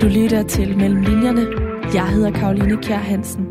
Du lytter til Mellem Linjerne. Jeg hedder Caroline Kjær Hansen.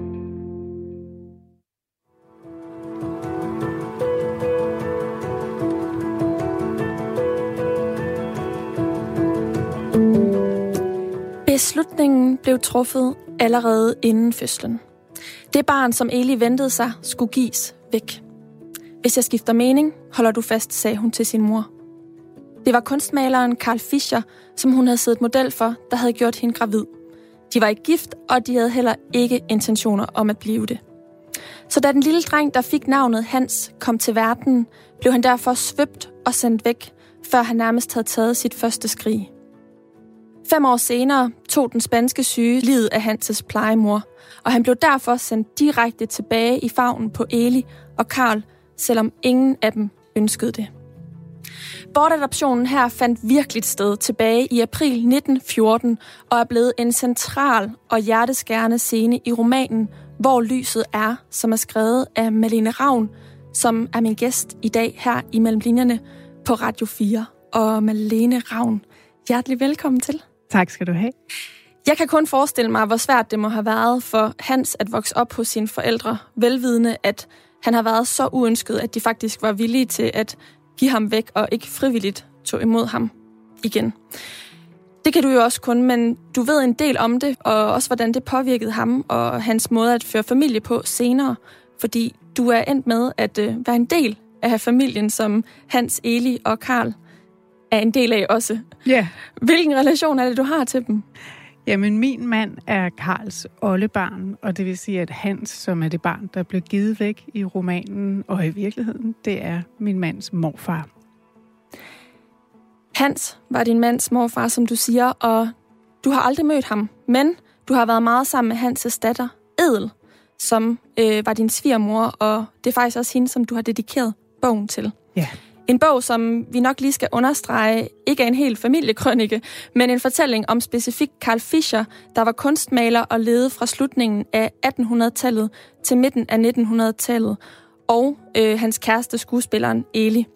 Beslutningen blev truffet allerede inden fødslen. Det barn, som Eli ventede sig, skulle gives væk. Hvis jeg skifter mening, holder du fast, sagde hun til sin mor. Det var kunstmaleren Carl Fischer, som hun havde siddet model for, der havde gjort hende gravid. De var ikke gift, og de havde heller ikke intentioner om at blive det. Så da den lille dreng, der fik navnet Hans, kom til verden, blev han derfor svøbt og sendt væk, før han nærmest havde taget sit første skrig. 5 år senere tog den spanske syge livet af Hans' plejemor, og han blev derfor sendt direkte tilbage i favnen på Eli og Carl, selvom ingen af dem ønskede det. Bortadoptionen her fandt virkelig sted tilbage i april 1914 og er blevet en central og hjerteskærende scene i romanen Hvor lyset er, som er skrevet af Malene Ravn, som er min gæst i dag her i Mellem Linjerne på Radio 4. Og Malene Ravn, hjertelig velkommen til. Tak skal du have. Jeg kan kun forestille mig, hvor svært det må have været for Hans at vokse op hos sine forældre, velvidende, at han har været så uønsket, at de faktisk var villige til at give ham væk og ikke frivilligt tog imod ham igen. Det kan du jo også kun, men du ved en del om det, og også hvordan det påvirkede ham og hans måde at føre familie på senere, fordi du er endt med at være en del af familien, som Hans, Eli og Carl er en del af også. Ja. Yeah. Hvilken relation er det, du har til dem? Jamen, min mand er Carls oldebarn, og det vil sige, at Hans, som er det barn, der blev givet væk i romanen, og i virkeligheden, det er min mands morfar. Hans var din mands morfar, som du siger, og du har aldrig mødt ham, men du har været meget sammen med Hans' datter, Edel, som var din svigermor, og det er faktisk også hende, som du har dedikeret bogen til. Ja. En bog, som vi nok lige skal understrege, ikke er en hel familiekrønike, men en fortælling om specifikt Carl Fischer, der var kunstmaler og levede fra slutningen af 1800-tallet til midten af 1900-tallet, og hans kæreste, skuespilleren Eli.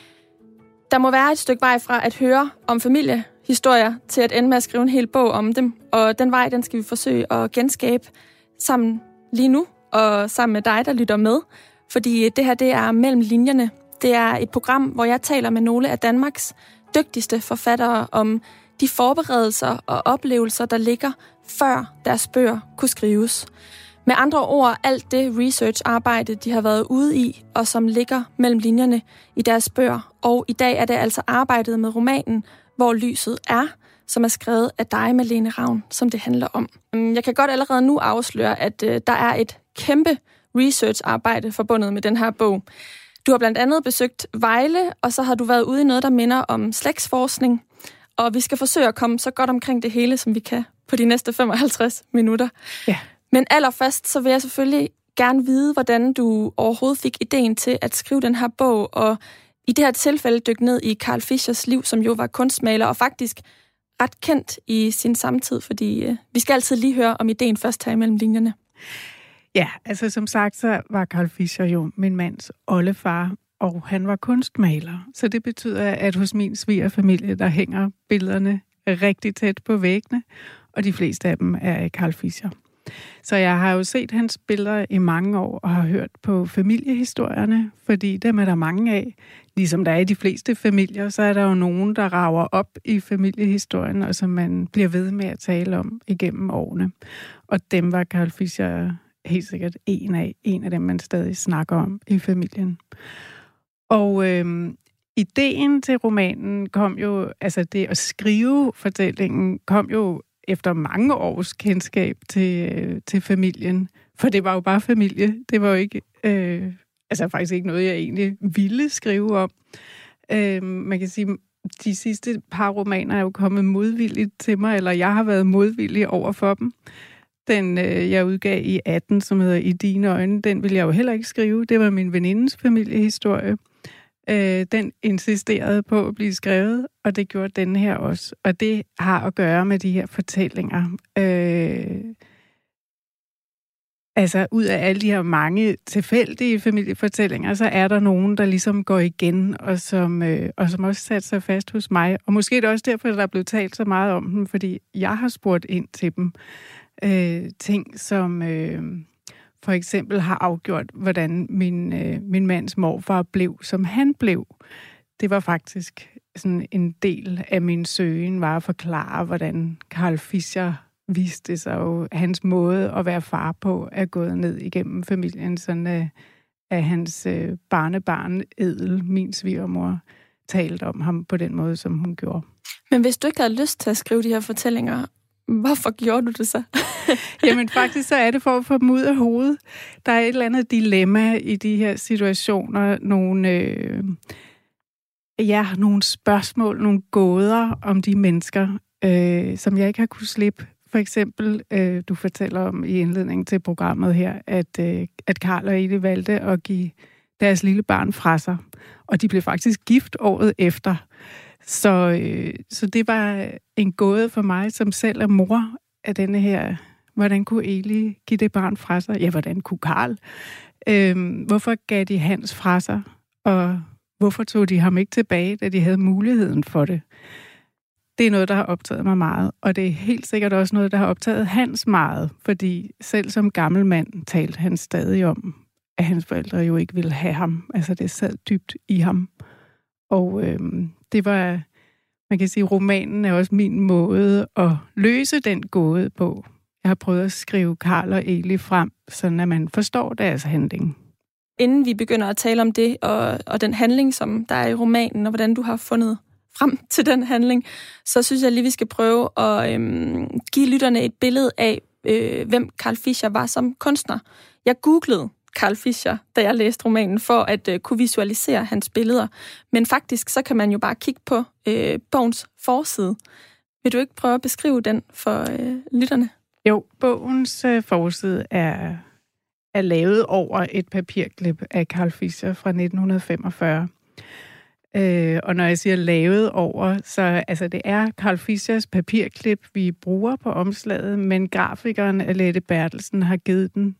Der må være et stykke vej fra at høre om familiehistorier til at ende med at skrive en hel bog om dem, og den vej, den skal vi forsøge at genskabe sammen lige nu, og sammen med dig, der lytter med, fordi det her, det er Mellem Linjerne. Det er et program, hvor jeg taler med nogle af Danmarks dygtigste forfattere om de forberedelser og oplevelser, der ligger før deres bøger kunne skrives. Med andre ord, alt det research-arbejde, de har været ude i, og som ligger mellem linjerne i deres bøger. Og i dag er det altså arbejdet med romanen Hvor lyset er, som er skrevet af dig, Malene Ravn, som det handler om. Jeg kan godt allerede nu afsløre, at der er et kæmpe research-arbejde forbundet med den her bog. Du har blandt andet besøgt Vejle, og så har du været ude i noget, der minder om slægtsforskning. Og vi skal forsøge at komme så godt omkring det hele, som vi kan på de næste 55 minutter. Ja. Men allerførst, så vil jeg selvfølgelig gerne vide, hvordan du overhovedet fik ideen til at skrive den her bog, og i det her tilfælde dykke ned i Carl Fischers liv, som jo var kunstmaler, og faktisk ret kendt i sin samtid, fordi vi skal altid lige høre om ideen først her imellem linjerne. Ja, altså som sagt, så var Carl Fischer jo min mands oldefar, og han var kunstmaler. Så det betyder, at hos min svigerfamilie, der hænger billederne rigtig tæt på væggene, og de fleste af dem er af Carl Fischer. Så jeg har jo set hans billeder i mange år, og har hørt på familiehistorierne, fordi dem er der mange af. Ligesom der er i de fleste familier, så er der jo nogen, der rager op i familiehistorien, og som man bliver ved med at tale om igennem årene. Og dem var Carl Fischer helt sikkert en af dem, man stadig snakker om i familien. Og ideen til romanen kom jo, altså det at skrive fortællingen, kom jo efter mange års kendskab til familien. For det var jo bare familie. Det var jo ikke, faktisk ikke noget, jeg egentlig ville skrive om. Man kan sige, de sidste par romaner er jo kommet modvilligt til mig, eller jeg har været modvillig over for dem. Den, jeg udgav i 18, som hedder I dine øjne, den ville jeg jo heller ikke skrive. Det var min venindes familiehistorie. Den insisterede på at blive skrevet, og det gjorde den her også. Og det har at gøre med de her fortællinger. Altså, ud af alle de her mange tilfældige familiefortællinger, så er der nogen, der ligesom går igen, og som også satte sig fast hos mig. Og måske er det også derfor, at der er blevet talt så meget om dem, fordi jeg har spurgt ind til dem. Ting, som for eksempel har afgjort, hvordan min mands morfar blev, som han blev. Det var faktisk sådan en del af min søgen, var at forklare, hvordan Carl Fischer viste sig jo, hans måde at være far på er gået ned igennem familien, sådan at hans barnebarn Edel, min svigermor, talte om ham på den måde, som hun gjorde. Men hvis du ikke havde lyst til at skrive de her fortællinger, hvorfor gjorde du det så? Jamen faktisk så er det for at få dem ud af hovedet. Der er et eller andet dilemma i de her situationer, nogle spørgsmål, nogle gåder om de mennesker, som jeg ikke har kunne slippe. For eksempel, du fortæller om i indledningen til programmet her, at Carl og Eli valgte at give deres lille barn fra sig. Og de blev faktisk gift året efter. Så det var en gåde for mig, som selv er mor af denne her. Hvordan kunne Eli give det barn fra sig? Ja, hvordan kunne Carl? Hvorfor gav de Hans fra sig? Og hvorfor tog de ham ikke tilbage, da de havde muligheden for det? Det er noget, der har optaget mig meget, og det er helt sikkert også noget, der har optaget Hans meget, fordi selv som gammel mand talte han stadig om, at hans forældre jo ikke ville have ham. Altså det sad dybt i ham. Og det var, man kan sige, romanen er også min måde at løse den gåde på. Jeg har prøvet at skrive Carl og Eli frem, sådan at man forstår deres handling. Inden vi begynder at tale om det, og den handling, som der er i romanen, og hvordan du har fundet frem til den handling, så synes jeg lige, vi skal prøve at give lytterne et billede af, hvem Carl Fischer var som kunstner. Jeg googlede Carl Fischer, da jeg læste romanen, for at kunne visualisere hans billeder. Men faktisk, så kan man jo bare kigge på bogens forside. Vil du ikke prøve at beskrive den for lytterne? Jo, bogens forside er lavet over et papirklip af Carl Fischer fra 1945. Og når jeg siger lavet over, så altså det er Carl Fischers papirklip, vi bruger på omslaget, men grafikeren Alette Bertelsen har givet den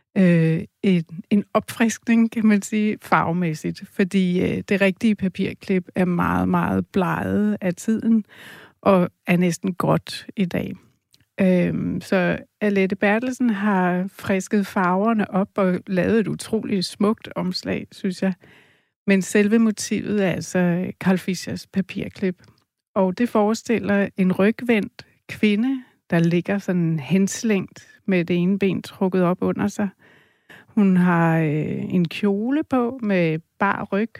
en opfriskning, kan man sige, farvemæssigt, fordi det rigtige papirklip er meget, meget bleget af tiden og er næsten gråt i dag. Så Alette Bertelsen har frisket farverne op og lavet et utroligt smukt omslag, synes jeg. Men selve motivet er altså Carl Fischers papirklip. Og det forestiller en rygvendt kvinde, der ligger sådan henslængt med det ene ben trukket op under sig. Hun har en kjole på med bar ryg,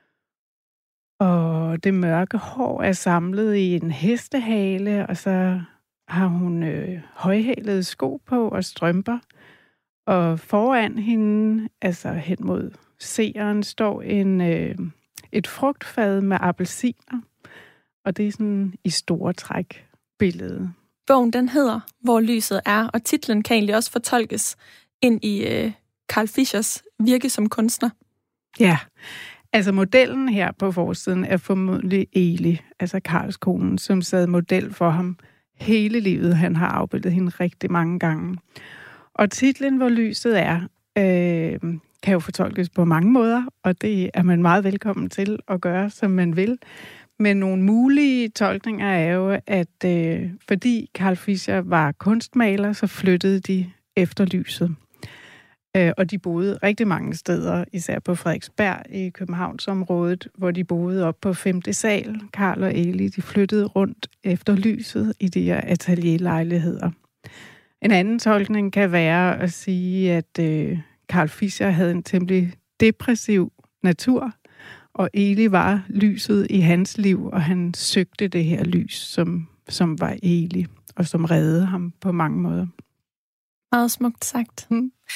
og det mørke hår er samlet i en hestehale, og så har hun højhælede sko på og strømper. Og foran hende, altså hen mod seeren, står et frugtfad med appelsiner. Og det er sådan i store træk billedet. Bogen, den hedder Hvor lyset er, og titlen kan egentlig også fortolkes ind i Carl Fischers virke som kunstner. Ja, altså modellen her på forsiden er formodentlig Eli, altså Carls kone, som sad model for ham hele livet. Han har afbildet hende rigtig mange gange. Og titlen Hvor lyset er, kan jo fortolkes på mange måder, og det er man meget velkommen til at gøre, som man vil. Men nogle mulige tolkninger er jo, at fordi Carl Fischer var kunstmaler, så flyttede de efter lyset. Og de boede rigtig mange steder, især på Frederiksberg i Københavnsområdet, hvor de boede op på 5. sal. Carl og Eli, de flyttede rundt efter lyset i de her atelierlejligheder. En anden tolkning kan være at sige, at Carl Fischer havde en temmelig depressiv natur, og Eli var lyset i hans liv, og han søgte det her lys, som var Eli, og som reddede ham på mange måder. Meget smukt sagt.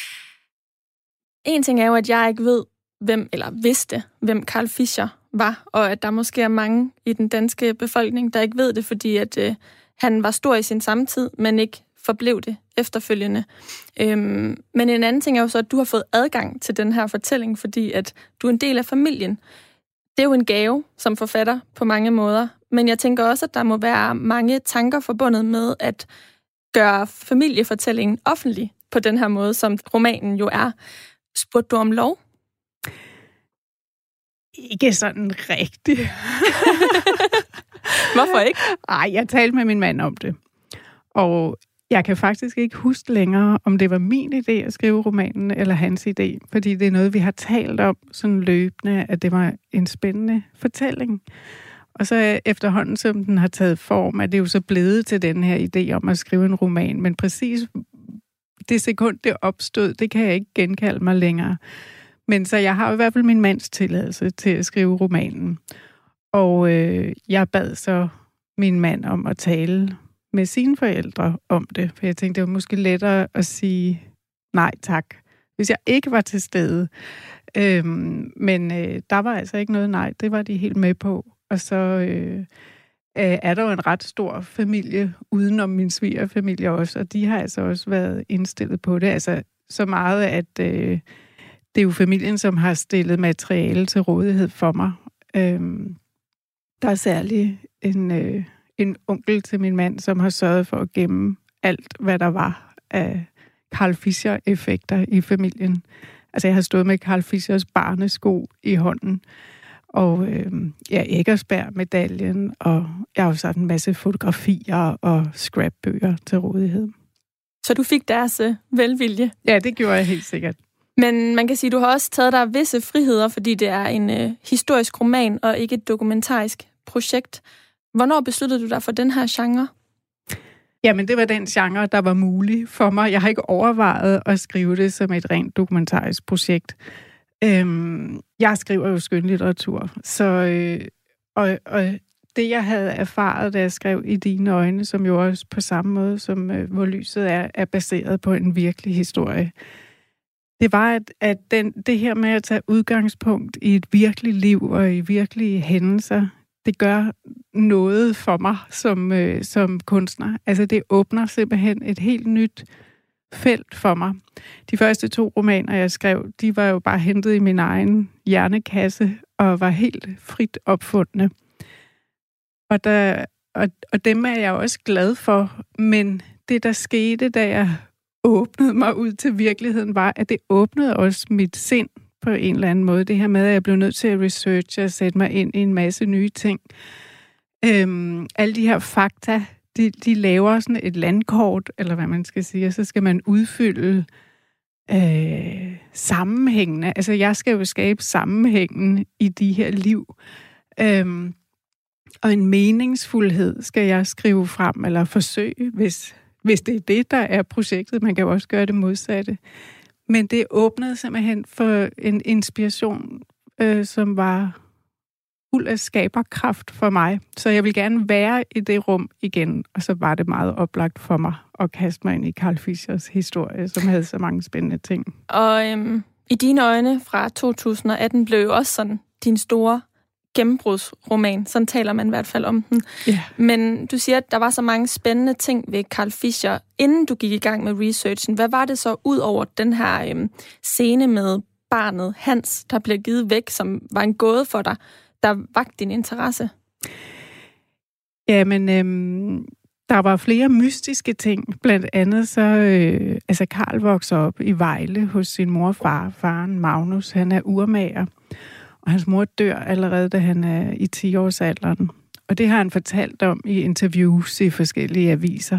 En ting er jo, at jeg ikke ved, vidste, hvem Carl Fischer var, og at der måske er mange i den danske befolkning, der ikke ved det, fordi at han var stor i sin samtid, men ikke forblev det efterfølgende. Men en anden ting er jo så, at du har fået adgang til den her fortælling, fordi at du er en del af familien. Det er jo en gave som forfatter på mange måder, men jeg tænker også, at der må være mange tanker forbundet med at gøre familiefortællingen offentlig. på den her måde, som romanen jo er. Spurgte du om lov? Ikke sådan rigtigt. Hvorfor ikke? Nej, jeg talte med min mand om det. Og jeg kan faktisk ikke huske længere, om det var min idé at skrive romanen, eller hans idé. Fordi det er noget, vi har talt om sådan løbende, at det var en spændende fortælling. Og så efterhånden, som den har taget form, er det jo så blevet til den her idé om at skrive en roman. Men præcis det sekund, det opstod, det kan jeg ikke genkalde mig længere. Men så jeg har i hvert fald min mands tilladelse til at skrive romanen. Og jeg bad så min mand om at tale med sine forældre om det. For jeg tænkte, det var måske lettere at sige nej tak, hvis jeg ikke var til stede. Men der var altså ikke noget nej, det var de helt med på. Og så er der jo en ret stor familie udenom min svigerfamilie også, og de har altså også været indstillet på det. Altså så meget, at det er jo familien, som har stillet materiale til rådighed for mig. Der er særligt en onkel til min mand, som har sørget for at gemme alt, hvad der var af Carl Fischer-effekter i familien. Altså jeg har stået med Carl Fischers barnesko i hånden, og Eckersberg-medaljen, og jeg har jo sat en masse fotografier og scrapbøger til rådighed. Så du fik deres velvilje? Ja, det gjorde jeg helt sikkert. Men man kan sige, at du har også taget dig visse friheder, fordi det er en historisk roman og ikke et dokumentarisk projekt. Hvornår besluttede du dig for den her genre? Jamen, det var den genre, der var mulig for mig. Jeg har ikke overvejet at skrive det som et rent dokumentarisk projekt. Jeg skriver jo skønlitteratur, så og det, jeg havde erfaret, da jeg skrev I dine øjne, som jo også på samme måde som Hvor lyset er baseret på en virkelig historie, det var, at det her med at tage udgangspunkt i et virkeligt liv og i virkelige hændelser, det gør noget for mig som kunstner. Altså det åbner simpelthen et helt nyt felt for mig. De første 2 romaner, jeg skrev, de var jo bare hentet i min egen hjernekasse og var helt frit opfundne. Og dem er jeg også glad for, men det, der skete, da jeg åbnede mig ud til virkeligheden, var, at det åbnede også mit sind på en eller anden måde. Det her med, at jeg blev nødt til at researche og sætte mig ind i en masse nye ting. Alle de her fakta, de laver sådan et landkort, eller hvad man skal sige, og så skal man udfylde sammenhængene. Altså, jeg skal jo skabe sammenhængen i de her liv. Og en meningsfuldhed skal jeg skrive frem, eller forsøge, hvis det er det, der er projektet. Man kan jo også gøre det modsatte. Men det åbnede simpelthen for en inspiration, som var fuld af skaberkraft for mig. Så jeg vil gerne være i det rum igen, og så var det meget oplagt for mig at kaste mig ind i Carl Fischers historie, som havde så mange spændende ting. Og I dine øjne fra 2018 blev jo også sådan din store gennembrudsroman. Sådan taler man i hvert fald om den. Yeah. Men du siger, at der var så mange spændende ting ved Carl Fischer, inden du gik i gang med researchen. Hvad var det så ud over den her scene med barnet Hans, der blev givet væk, som var en gåde for dig, der vagte din interesse? Jamen, der var flere mystiske ting. Blandt andet så, Carl vokser op i Vejle hos sin mor og far. Faren Magnus, han er urmager. Og hans mor dør allerede, da han er i 10-årsalderen. Og det har han fortalt om i interviews i forskellige aviser.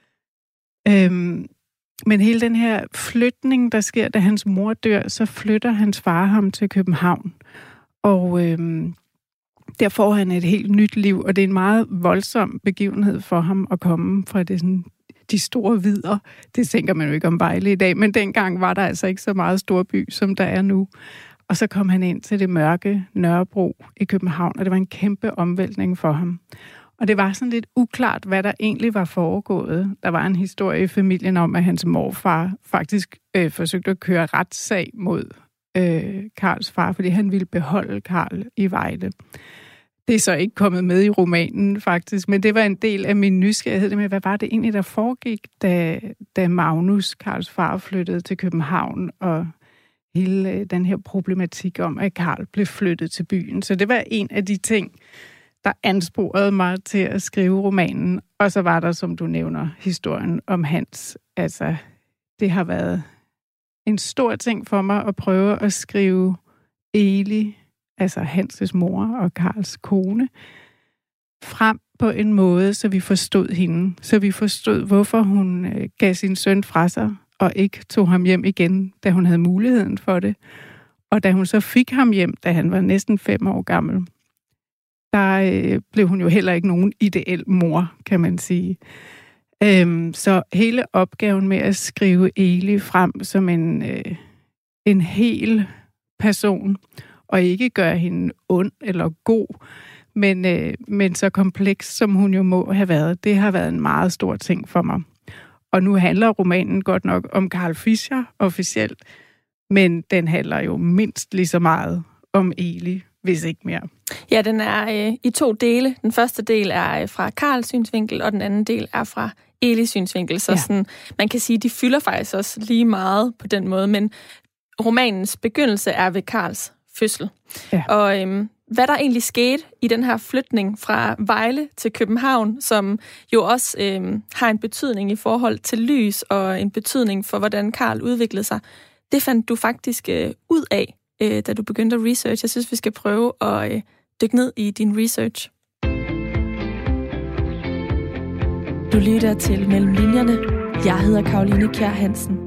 Men hele den her flytning, der sker, da hans mor dør, så flytter hans far ham til København. Og der får han et helt nyt liv, og det er en meget voldsom begivenhed for ham at komme fra det sådan, de store vidder. Det tænker man jo ikke om Vejle i dag, men dengang var der altså ikke så meget storby, som der er nu. Og så kom han ind til det mørke Nørrebro i København, og det var en kæmpe omvæltning for ham. Og det var sådan lidt uklart, hvad der egentlig var foregået. Der var en historie i familien om, at hans morfar faktisk forsøgte at køre retssag mod Karls far, fordi han ville beholde Karl i Vejle. Det er så ikke kommet med i romanen, faktisk, men det var en del af min nysgerrighed med, hvad var det egentlig, der foregik, da Magnus, Karls far, flyttede til København, og hele den her problematik om, at Karl blev flyttet til byen. Så det var en af de ting, der ansporede mig til at skrive romanen. Og så var der, som du nævner, historien om Hans, altså det har været en stor ting for mig at prøve at skrive Eli, altså Hans' mor og Karls kone, frem på en måde, så vi forstod hende. Så vi forstod, hvorfor hun gav sin søn fra sig, og ikke tog ham hjem igen, da hun havde muligheden for det. Og da hun så fik ham hjem, da han var næsten 5 år gammel, der blev hun jo heller ikke nogen ideel mor, kan man sige. Så hele opgaven med at skrive Eli frem som en hel person, og ikke gøre hende ond eller god, men så kompleks, som hun jo må have været, det har været en meget stor ting for mig. Og nu handler romanen godt nok om Carl Fischer officielt, men den handler jo mindst lige så meget om Eli, hvis ikke mere. Ja, den er i 2 dele. Den første del er fra Karls synsvinkel, og den anden del er fra Elis synsvinkel. Så sådan, man kan sige, de fylder faktisk også lige meget på den måde, men romanens begyndelse er ved Karls fødsel. Ja. Og hvad der egentlig skete i den her flytning fra Vejle til København, som jo også har en betydning i forhold til lys, og en betydning for, hvordan Karl udviklede sig, det fandt du faktisk ud af, da du begyndte at research. Jeg synes, vi skal prøve at dykke ned i din research. Du lytter til Mellem Linjerne. Jeg hedder Caroline Kjær Hansen.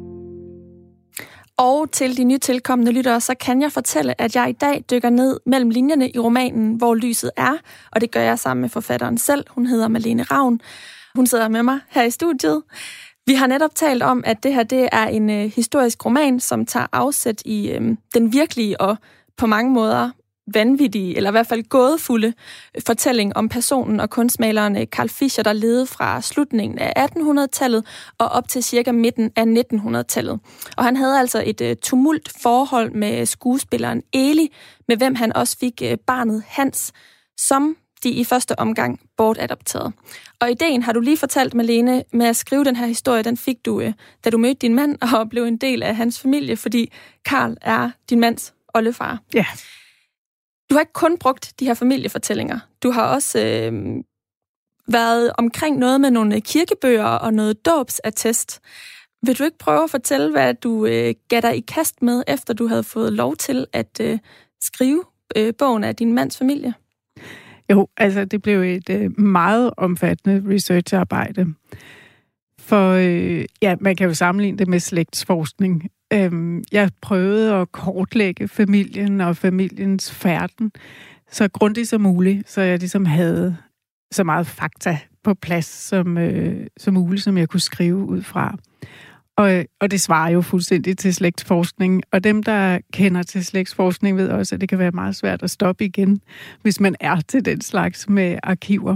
Og til de nye tilkommende lyttere, så kan jeg fortælle, at jeg i dag dykker ned mellem linjerne i romanen, hvor lyset er, og det gør jeg sammen med forfatteren selv. Hun hedder Malene Ravn. Hun sidder med mig her i studiet. Vi har netop talt om, at det her det er en historisk roman, som tager afsæt i den virkelige og på mange måder vanvittige, eller i hvert fald gådefulde fortælling om personen og kunstmaleren Carl Fischer, der levede fra slutningen af 1800-tallet og op til cirka midten af 1900-tallet. Og han havde altså et tumult forhold med skuespilleren Eli, med hvem han også fik barnet Hans, som de i første omgang bortadopterede. Og ideen har du lige fortalt, Malene, med at skrive den her historie, den fik du, da du mødte din mand og blev en del af hans familie, fordi Carl er din mands oldefar. Ja. Du har ikke kun brugt de her familiefortællinger. Du har også været omkring noget med nogle kirkebøger og noget dåbsattest. Vil du ikke prøve at fortælle, hvad du gav dig i kast med, efter du havde fået lov til at skrive bogen af din mands familie? Jo, altså det blev et meget omfattende researcharbejde. For man kan jo sammenligne det med slægtsforskning. Jeg prøvede at kortlægge familien og familiens færden så grundigt som muligt, så jeg ligesom havde så meget fakta på plads som muligt, som jeg kunne skrive ud fra. Og det svarer jo fuldstændig til slægtsforskning. Og dem, der kender til slægtsforskning, ved også, at det kan være meget svært at stoppe igen, hvis man er til den slags med arkiver.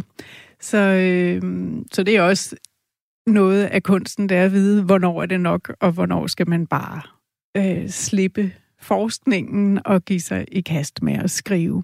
Så det er også noget af kunsten, der er at vide, hvornår er det nok, og hvornår skal man bare slippe forskningen og give sig i kast med at skrive.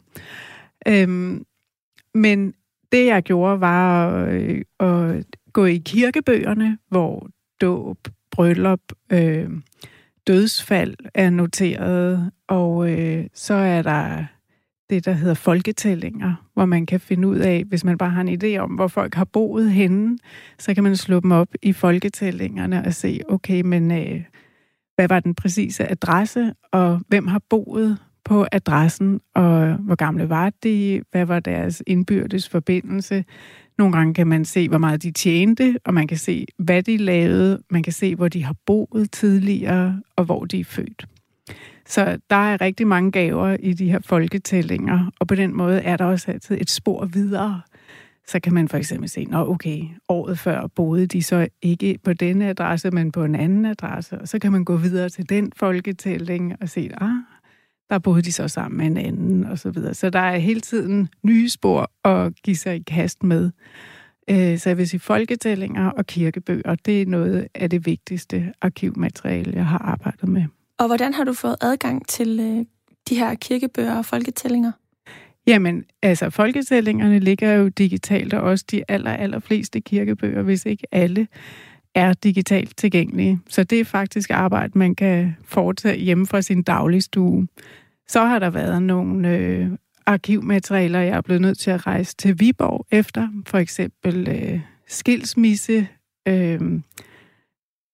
Men det, jeg gjorde, var at gå i kirkebøgerne, hvor dåb, bryllup, dødsfald er noteret, og så er der det, der hedder folketællinger, hvor man kan finde ud af, hvis man bare har en idé om, hvor folk har boet henne, så kan man slå dem op i folketællingerne og se, okay, men hvad var den præcise adresse, og hvem har boet på adressen, og hvor gamle var de, hvad var deres indbyrdes forbindelse. Nogle gange kan man se, hvor meget de tjente, og man kan se, hvad de lavede, man kan se, hvor de har boet tidligere, og hvor de er født. Så der er rigtig mange gaver i de her folketællinger, og på den måde er der også altid et spor videre. Så kan man for eksempel se, okay, året før boede de så ikke på denne adresse, men på en anden adresse, og så kan man gå videre til den folketælling og se, der boede de så sammen med en anden, og så videre. Så der er hele tiden nye spor at give sig i kast med. Så jeg vil sige, folketællinger og kirkebøger, det er noget af det vigtigste arkivmateriale, jeg har arbejdet med. Og hvordan har du fået adgang til de her kirkebøger og folketællinger? Jamen, altså folketællingerne ligger jo digitalt, og også de allerfleste kirkebøger, hvis ikke alle, er digitalt tilgængelige. Så det er faktisk arbejde, man kan foretage hjemme fra sin dagligstue. Så har der været nogle arkivmaterialer, jeg er blevet nødt til at rejse til Viborg efter. For eksempel skilsmisse,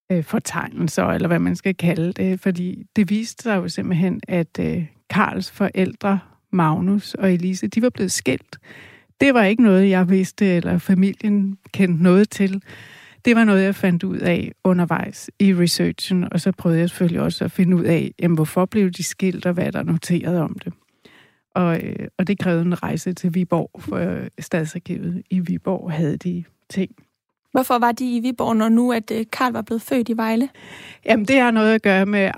fortegnelser, eller hvad man skal kalde det, fordi det viste sig jo simpelthen, at Karls forældre, Magnus og Elise, de var blevet skilt. Det var ikke noget, jeg vidste, eller familien kendte noget til. Det var noget, jeg fandt ud af undervejs i researchen, og så prøvede jeg selvfølgelig også at finde ud af, hvorfor blev de skilt, og hvad der er noteret om det. Og det krævede en rejse til Viborg, for Stadsarkivet i Viborg havde de ting. Hvorfor var de i Viborg, når nu at Karl var blevet født i Vejle? Jamen, det har noget at gøre med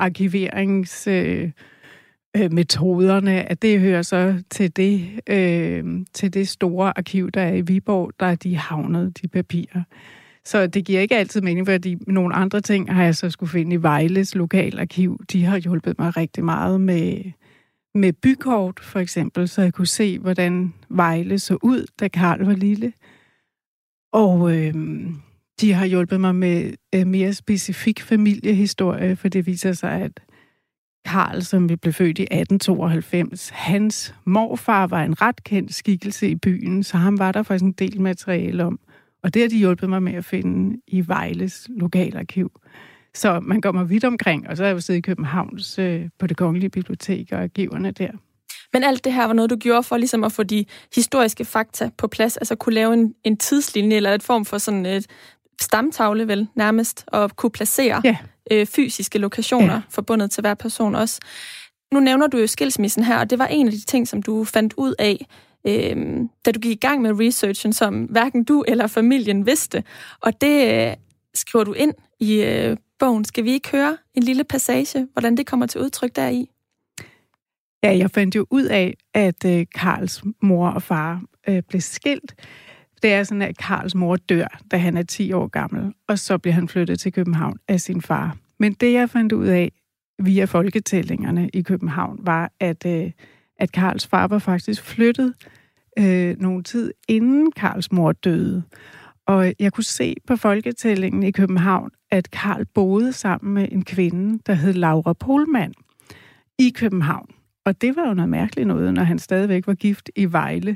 arkiveringsmetoderne, at det hører så til det store arkiv, der er i Viborg, der er de havnet, de papirer. Så det giver ikke altid mening, fordi nogle andre ting har jeg så skulle finde i Vejles lokalarkiv. De har hjulpet mig rigtig meget med bykort, for eksempel, så jeg kunne se, hvordan Vejle så ud, da Karl var lille. Og de har hjulpet mig med mere specifik familiehistorie, for det viser sig, at Karl, som blev født i 1892, hans morfar var en ret kendt skikkelse i byen, så ham var der faktisk en del materiale om. Og det har de hjulpet mig med at finde i Vejles lokalarkiv. Så man kommer vidt omkring, og så har jeg jo siddet i København på Det Kongelige Bibliotek og arkiverne der. Men alt det her var noget, du gjorde for ligesom at få de historiske fakta på plads, altså kunne lave en tidslinje eller et form for sådan et stamtavle vel nærmest, og kunne placere fysiske lokationer forbundet til hver person også. Nu nævner du jo skilsmissen her, og det var en af de ting, som du fandt ud af, da du gik i gang med researchen, som hverken du eller familien vidste. Og det skriver du ind i bogen. Skal vi ikke høre en lille passage, hvordan det kommer til udtryk deri? Ja, jeg fandt jo ud af, at Karls mor og far blev skilt. Det er sådan, at Karls mor dør, da han er 10 år gammel, og så bliver han flyttet til København af sin far. Men det, jeg fandt ud af via folketællingerne i København, var, at Karls far var faktisk flyttet nogen tid inden Karls mor døde. Og jeg kunne se på folketællingen i København, at Karl boede sammen med en kvinde, der hed Laura Pohlmann, i København. Og det var jo noget mærkeligt noget, når han stadigvæk var gift i Vejle.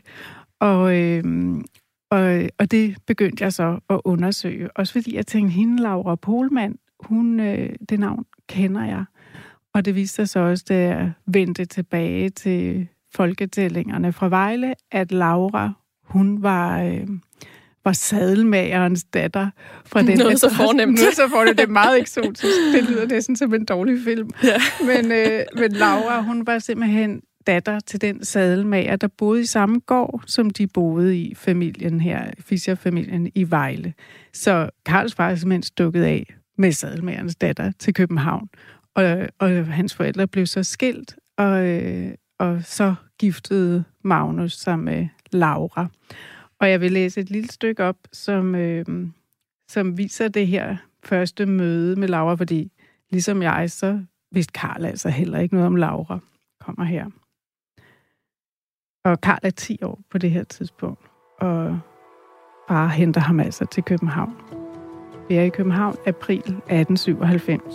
Og det begyndte jeg så at undersøge. Også fordi jeg tænkte, hende Laura Pohlmann, det navn kender jeg. Og det viste sig så også, da jeg vendte tilbage til folketællingerne fra Vejle, at Laura, hun var sadelmagerens datter. Fra den noget så fornemt. Noget så fornemt. Det er meget eksotisk. Det lyder næsten som en dårlig film. Ja. Men Laura, hun var simpelthen datter til den sadelmager, der boede i samme gård, som de boede i familien her, Fischer-familien i Vejle. Så Karls far er simpelthen stukket af med sadelmagerens datter til København. Og hans forældre blev så skilt, og så giftede Magnus sig med Laura. Og jeg vil læse et lille stykke op, som viser det her første møde med Laura, fordi ligesom jeg, så vidste Karl altså heller ikke noget om Laura. Kommer her. Og Karl er 10 år på det her tidspunkt, og far henter ham altså til København. Vi er i København, april 1897.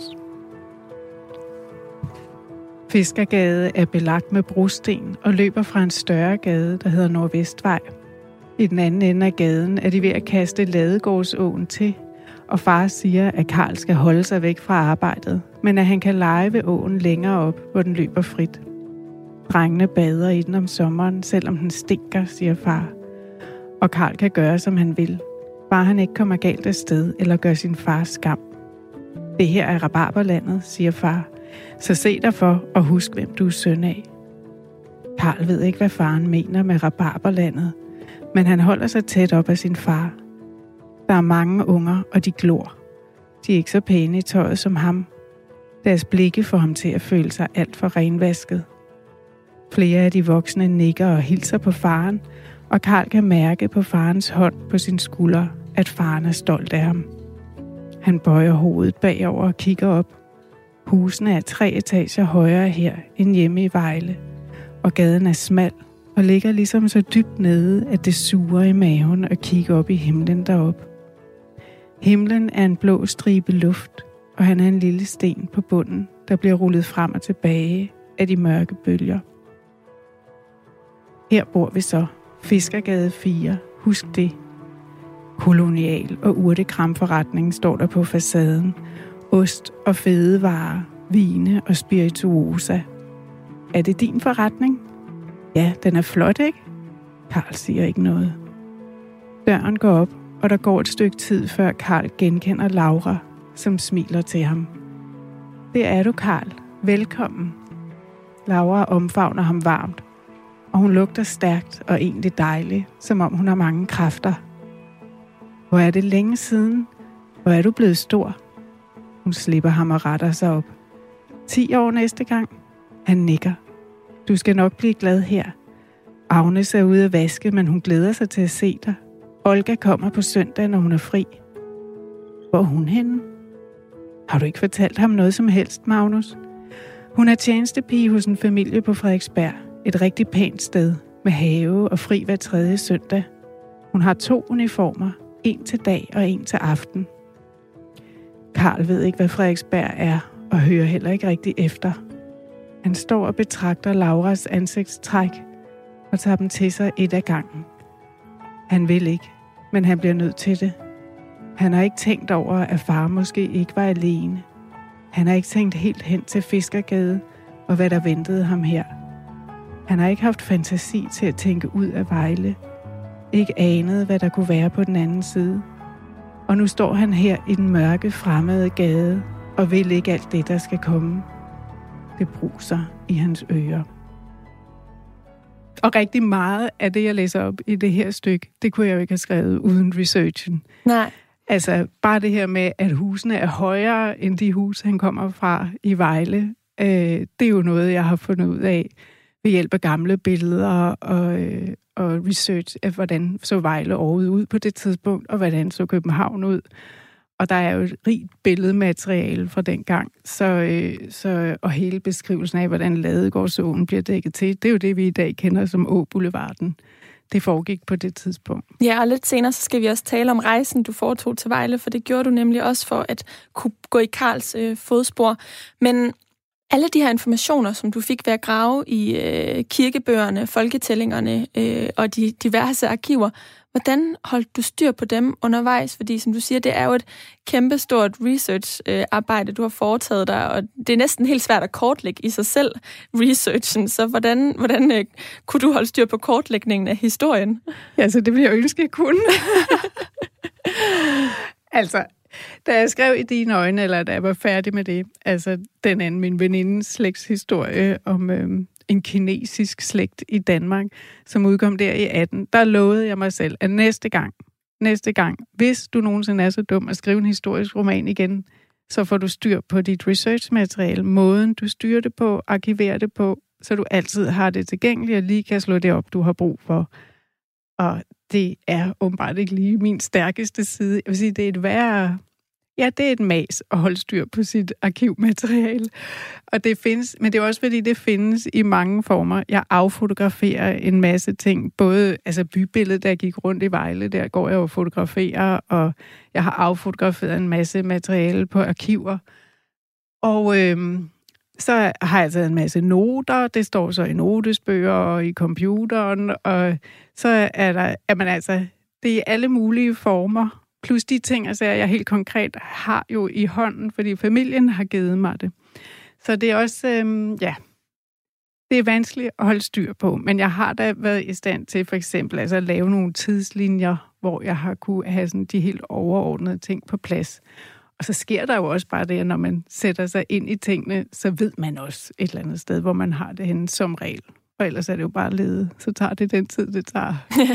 Fiskergade er belagt med brosten og løber fra en større gade, der hedder Nordvestvej. I den anden ende af gaden er de ved at kaste Ladegårdsåen til, og far siger, at Karl skal holde sig væk fra arbejdet, men at han kan lege ved åen længere op, hvor den løber frit. Drengene bader i den om sommeren, selvom den stinker, siger far. Og Karl kan gøre, som han vil, bare han ikke kommer galt af sted eller gør sin fars skam. Det her er rabarberlandet, siger far. Så se dig for og husk, hvem du er søn af. Karl ved ikke, hvad faren mener med rabarberlandet, men han holder sig tæt op af sin far. Der er mange unger, og de glor. De er ikke så pæne i tøjet som ham. Deres blikke får ham til at føle sig alt for renvasket. Flere af de voksne nikker og hilser på faren, og Karl kan mærke på farens hånd på sin skulder, at faren er stolt af ham. Han bøjer hovedet bagover og kigger op. Husene er 3 etager højere her end hjemme i Vejle, og gaden er smal og ligger ligesom så dybt nede, at det suger i maven at kigge op i himlen derop. Himlen er en blå stribe luft, og han er en lille sten på bunden, der bliver rullet frem og tilbage af de mørke bølger. Her bor vi så. Fiskergade 4. Husk det. Kolonial og urtekramforretning står der på facaden, ost og fedevarer, vine og spirituosa. Er det din forretning? Ja, den er flot, ikke? Karl siger ikke noget. Døren går op, og der går et stykke tid, før Karl genkender Laura, som smiler til ham. Det er du, Karl. Velkommen. Laura omfavner ham varmt, og hun lugter stærkt og egentlig dejligt, som om hun har mange kræfter. Hvor er det længe siden? Hvor er du blevet stor? Hun slipper ham og retter sig op. 10 år næste gang? Han nikker. Du skal nok blive glad her. Agnes er ude at vaske, men hun glæder sig til at se dig. Olga kommer på søndag, når hun er fri. Hvor er hun henne? Har du ikke fortalt ham noget som helst, Magnus? Hun er tjenestepige hos en familie på Frederiksberg. Et rigtig pænt sted, med have og fri hver 3. søndag. Hun har 2 uniformer. En til dag og en til aften. Karl ved ikke, hvad Frederiksberg er, og hører heller ikke rigtig efter. Han står og betragter Lauras ansigtstræk og tager dem til sig et af gangen. Han vil ikke, men han bliver nødt til det. Han har ikke tænkt over, at far måske ikke var alene. Han har ikke tænkt helt hen til Fiskergade og hvad der ventede ham her. Han har ikke haft fantasi til at tænke ud af Vejle. Ikke anede, hvad der kunne være på den anden side. Og nu står han her i den mørke, fremmede gade og vil ikke alt det, der skal komme. Det bruser i hans ører. Og rigtig meget af det, jeg læser op i det her stykke, det kunne jeg jo ikke have skrevet uden researchen. Nej. Altså bare det her med, at husene er højere end de huse, han kommer fra i Vejle. Det er jo noget, jeg har fundet ud af ved hjælp af gamle billeder og research af, hvordan så Vejle ud på det tidspunkt, og hvordan så København ud. Og der er jo et rigt billedmateriale fra dengang, og hele beskrivelsen af, hvordan Ladegårdsåen bliver dækket til, det er jo det, vi i dag kender som Åboulevarden. Det foregik på det tidspunkt. Ja, og lidt senere, så skal vi også tale om rejsen, du foretog til Vejle, for det gjorde du nemlig også for at kunne gå i Karls fodspor. Men alle de her informationer, som du fik ved at grave i kirkebøgerne, folketællingerne og de diverse arkiver, hvordan holdt du styr på dem undervejs? Fordi, som du siger, det er jo et kæmpestort research-arbejde, du har foretaget dig, og det er næsten helt svært at kortlægge i sig selv, researchen. Så hvordan kunne du holde styr på kortlægningen af historien? Ja, så det ville jeg ønske, jeg kunne. Altså, da jeg skrev I dine øjne, eller da jeg var færdig med det, altså den anden min venindes slægtshistorie om en kinesisk slægt i Danmark, som udkom der i 18, der lovede jeg mig selv, at næste gang, hvis du nogensinde er så dum at skrive en historisk roman igen, så får du styr på dit researchmateriale, måden du styrer det på, arkiverer det på, så du altid har det tilgængeligt og lige kan slå det op, du har brug for. Og det er åbenbart ikke lige min stærkeste side. Jeg vil sige, det er et mas at holde styr på sit arkivmateriale. Og det findes, men det er også fordi, det findes i mange former. Jeg affotograferer en masse ting. Både bybilledet, der gik rundt i Vejle, der går jeg og fotograferer, og jeg har affotograferet en masse materiale på arkiver. Og så har jeg taget en masse noter. Det står så i notesbøger og i computeren. Og så er der, det er i alle mulige former. Plus de ting, jeg helt konkret har jo i hånden, fordi familien har givet mig det. Så det er også, det er vanskeligt at holde styr på. Men jeg har da været i stand til for eksempel at lave nogle tidslinjer, hvor jeg har kunne have sådan de helt overordnede ting på plads. Og så sker der jo også bare det, at når man sætter sig ind i tingene, så ved man også et eller andet sted, hvor man har det henne som regel. Og ellers er det jo bare ledet. Så tager det den tid, det tager.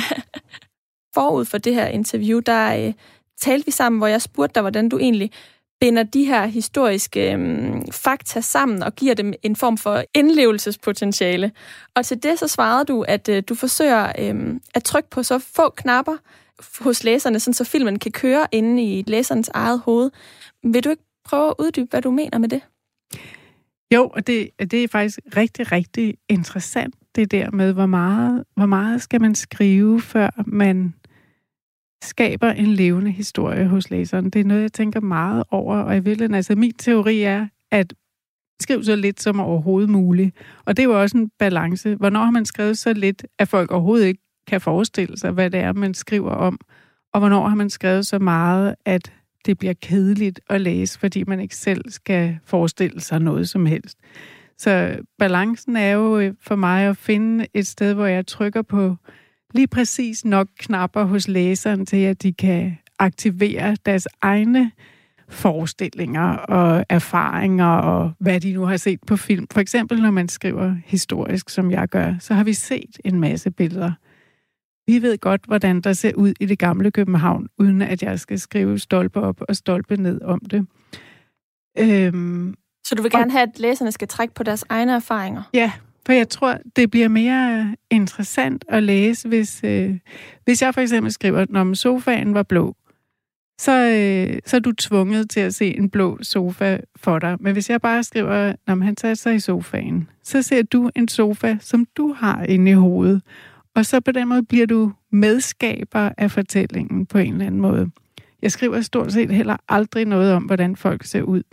Forud for det her interview, der talte vi sammen, hvor jeg spurgte dig, hvordan du egentlig binder de her historiske fakta sammen og giver dem en form for indlevelsespotentiale. Og til det så svarede du, at du forsøger at trykke på så få knapper hos læserne, sådan så filmen kan køre inde i læserens eget hoved. Vil du ikke prøve at uddybe, hvad du mener med det? Jo, og det er faktisk rigtig, rigtig interessant, det der med, hvor meget skal man skrive, før man skaber en levende historie hos læseren. Det er noget, jeg tænker meget over, og jeg vil, min teori er, at skrive så lidt som overhovedet muligt. Og det er jo også en balance. Hvornår har man skrevet så lidt, at folk overhovedet ikke kan forestille sig, hvad det er, man skriver om? Og hvornår har man skrevet så meget, at det bliver kedeligt at læse, fordi man ikke selv skal forestille sig noget som helst. Så balancen er jo for mig at finde et sted, hvor jeg trykker på lige præcis nok knapper hos læseren til, at de kan aktivere deres egne forestillinger og erfaringer og hvad de nu har set på film. For eksempel, når man skriver historisk, som jeg gør, så har vi set en masse billeder. Vi ved godt, hvordan der ser ud i det gamle København, uden at jeg skal skrive stolpe op og stolpe ned om det. Så du vil gerne have, at læserne skal trække på deres egne erfaringer? Ja, for jeg tror, det bliver mere interessant at læse, hvis jeg for eksempel skriver, når sofaen var blå, så er du tvunget til at se en blå sofa for dig. Men hvis jeg bare skriver, når han satte sig i sofaen, så ser du en sofa, som du har inde i hovedet. Og så på den måde bliver du medskaber af fortællingen på en eller anden måde. Jeg skriver stort set heller aldrig noget om, hvordan folk ser ud.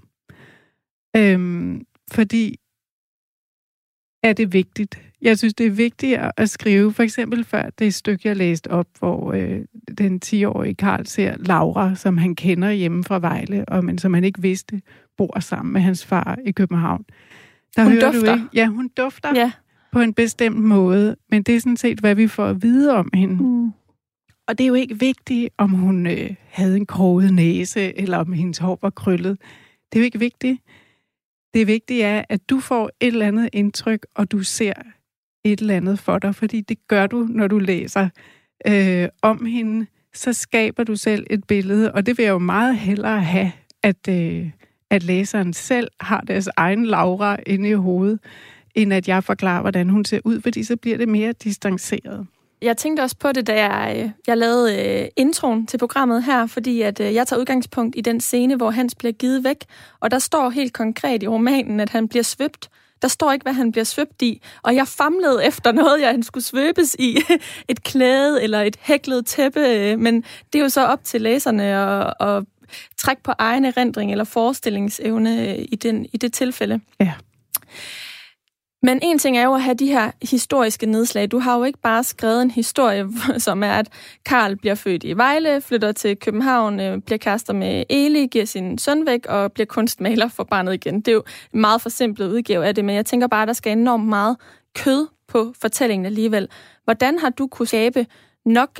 Fordi er det vigtigt. Jeg synes, det er vigtigt at skrive, for eksempel før det stykke, jeg læste op, hvor den 10-årige Karl ser Laura, som han kender hjemme fra Vejle, men som han ikke vidste, bor sammen med hans far i København. Der hun dufter. Du, ja, hun dufter på en bestemt måde, men det er sådan set, hvad vi får at vide om hende. Mm. Og det er jo ikke vigtigt, om hun havde en kroget næse, eller om hendes hår var krøllet. Det er jo ikke vigtigt. Det vigtige er, at du får et eller andet indtryk, og du ser et eller andet for dig, fordi det gør du, når du læser om hende, så skaber du selv et billede, og det vil jeg jo meget hellere have, at læseren selv har deres egen Laura inde i hovedet, end at jeg forklarer, hvordan hun ser ud, fordi så bliver det mere distanceret. Jeg tænkte også på det, da jeg lavede introen til programmet her, fordi at jeg tager udgangspunkt i den scene, hvor Hans bliver givet væk, og der står helt konkret i romanen, at han bliver svøbt. Der står ikke, hvad han bliver svøbt i, og jeg famlede efter noget, han skulle svøbes i. Et klæde eller et hæklet tæppe, men det er jo så op til læserne at trække på egen erindring eller forestillingsevne i det tilfælde. Ja. Men en ting er jo at have de her historiske nedslag. Du har jo ikke bare skrevet en historie, som er, at Karl bliver født i Vejle, flytter til København, bliver kærester med Eli, giver sin søn væk og bliver kunstmaler for barnet igen. Det er jo en meget forsimplet udgave af det, men jeg tænker bare, at der skal enormt meget kød på fortællingen alligevel. Hvordan har du kunne skabe nok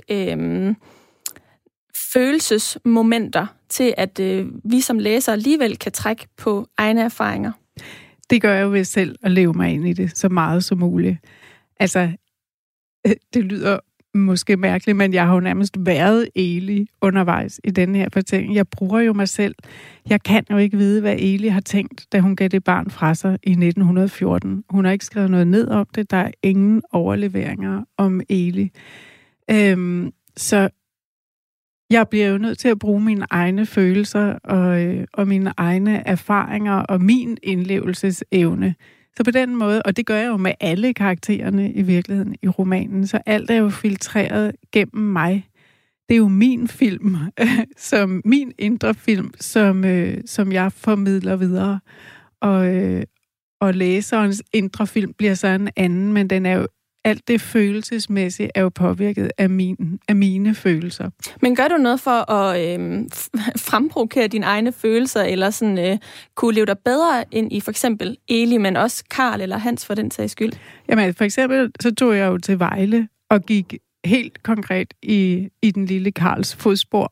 følelsesmomenter til, at vi som læsere alligevel kan trække på egne erfaringer? Det gør jeg jo ved selv at leve mig ind i det så meget som muligt. Altså, det lyder måske mærkeligt, men jeg har jo nærmest været Eli undervejs i den her fortælling. Jeg bruger jo mig selv. Jeg kan jo ikke vide, hvad Eli har tænkt, da hun gav det barn fra sig i 1914. Hun har ikke skrevet noget ned om det. Der er ingen overleveringer om Eli. Så jeg bliver jo nødt til at bruge mine egne følelser og mine egne erfaringer og min indlevelsesevne. Så på den måde, og det gør jeg jo med alle karaktererne i virkeligheden i romanen, så alt er jo filtreret gennem mig. Det er jo min film, som min indre film, som jeg formidler videre. Og læserens indre film bliver så en anden, men den er jo alt det følelsesmæssige er jo påvirket af mine følelser. Men gør du noget for at fremprovokere dine egne følelser, eller sådan, kunne leve dig bedre ind i for eksempel Eli, men også Karl eller Hans for den sags skyld? Jamen for eksempel, så tog jeg jo til Vejle og gik helt konkret i den lille Karls fodspor.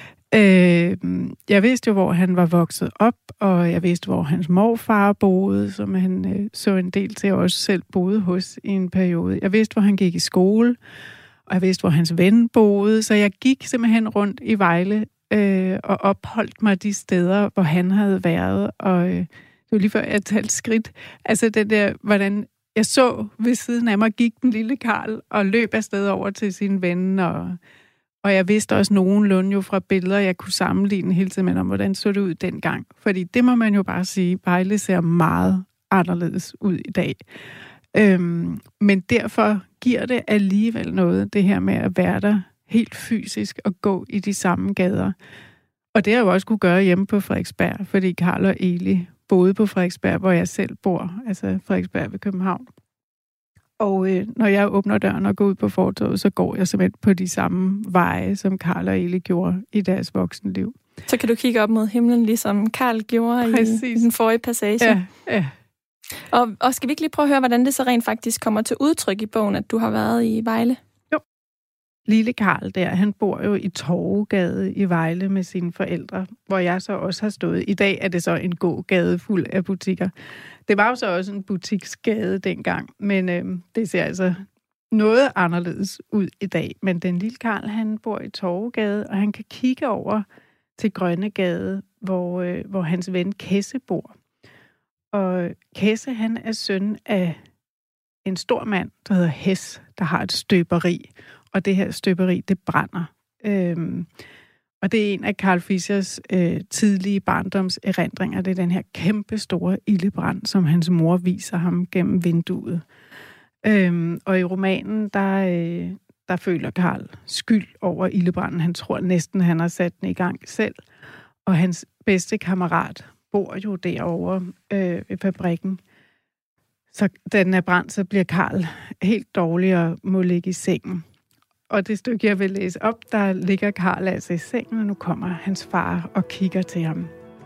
Jeg vidste jo, hvor han var vokset op, og jeg vidste, hvor hans morfar boede, som han så en del til også selv boede hos i en periode. Jeg vidste, hvor han gik i skole, og jeg vidste, hvor hans ven boede, så jeg gik simpelthen rundt i Vejle og opholdt mig de steder, hvor han havde været, og det var lige før jeg talte skridt. Altså den der, hvordan jeg så ved siden af mig, gik den lille Karl og løb afsted over til sin ven, og jeg vidste også nogenlunde jo fra billeder, jeg kunne sammenligne hele tiden med, om hvordan så det ud dengang. Fordi det må man jo bare sige, Vejle ser meget anderledes ud i dag. Men derfor giver det alligevel noget, det her med at være der helt fysisk og gå i de samme gader. Og det har jeg jo også kunne gøre hjemme på Frederiksberg, fordi Karl og Eli boede på Frederiksberg, hvor jeg selv bor, altså Frederiksberg ved København. Og når jeg åbner døren og går ud på fortovet, så går jeg simpelthen på de samme veje, som Karl og Eli gjorde i deres voksenliv. Så kan du kigge op mod himlen, ligesom Karl gjorde i den forrige passage. Ja. Og skal vi ikke lige prøve at høre, hvordan det så rent faktisk kommer til udtryk i bogen, at du har været i Vejle? Jo. Lille Karl der, han bor jo i Torvegade i Vejle med sine forældre, hvor jeg så også har stået. I dag er det så en gågade fuld af butikker. Det var jo så også en butiksgade dengang, men det ser altså noget anderledes ud i dag. Men den lille Karl, han bor i Torvegade, og han kan kigge over til Grønnegade, hvor hans ven Kesse bor. Og Kesse, han er søn af en stor mand, der hedder Hess, der har et støberi. Og det her støberi, det brænder. Og det er en af Carl Fischers tidlige barndomserindringer. Det er den her kæmpe store ildebrand, som hans mor viser ham gennem vinduet. Og i romanen, der føler Karl skyld over ildebranden. Han tror næsten, han har sat den i gang selv. Og hans bedste kammerat bor jo derovre ved fabrikken. Så da den er brændt, så bliver Karl helt dårlig og må ligge i sengen. Og det stykke, jeg vil læse op, der ligger Karl altså i sengen, og nu kommer hans far og kigger til ham.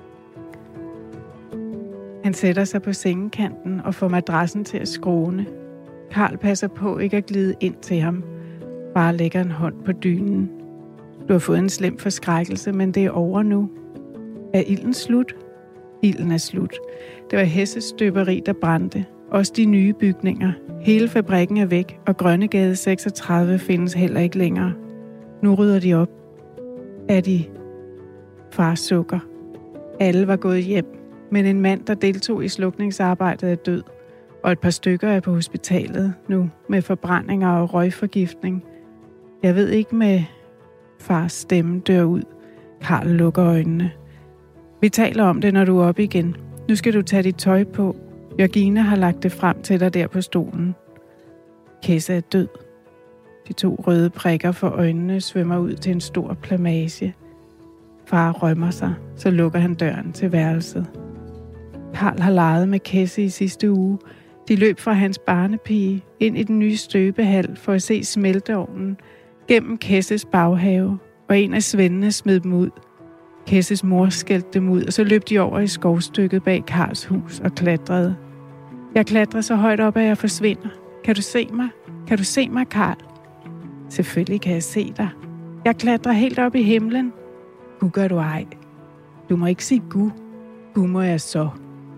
Han sætter sig på sengekanten og får madrassen til at skråne. Karl passer på ikke at glide ind til ham. Bare lægger en hånd på dynen. Du har fået en slem forskrækkelse, men det er over nu. Er ilden slut? Ilden er slut. Det var Hesses støberi, der brændte. Også de nye bygninger. Hele fabrikken er væk, og Grønnegade 36 findes heller ikke længere. Nu rydder de op. Er de fars sukker? Alle var gået hjem, men en mand, der deltog i slukningsarbejdet, er død. Og et par stykker er på hospitalet nu, med forbrændinger og røgforgiftning. Jeg ved ikke, med fars stemme dør ud. Karl lukker øjnene. Vi taler om det, når du er oppe igen. Nu skal du tage dit tøj på. Jørgine har lagt det frem til dig der på stolen. Kesse er død. De 2 røde prikker for øjnene svømmer ud til en stor plamage. Far rømmer sig, så lukker han døren til værelset. Karl har leget med Kesse i sidste uge. De løb fra hans barnepige ind i den nye støbehal for at se smelteovnen gennem Kesses baghave, og en af svendene smed dem ud. Kesses mor skældte dem ud, og så løb de over i skovstykket bag Karls hus og klatrede. Jeg klatrer så højt op, at jeg forsvinder. Kan du se mig? Kan du se mig, Karl? Selvfølgelig kan jeg se dig. Jeg klatrer helt op i himlen. Gud gør du ej. Du må ikke sige Gud. Gud må jeg så.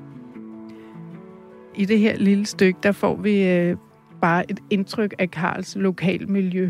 I det her lille stykke, der får vi bare et indtryk af Karls lokalmiljø.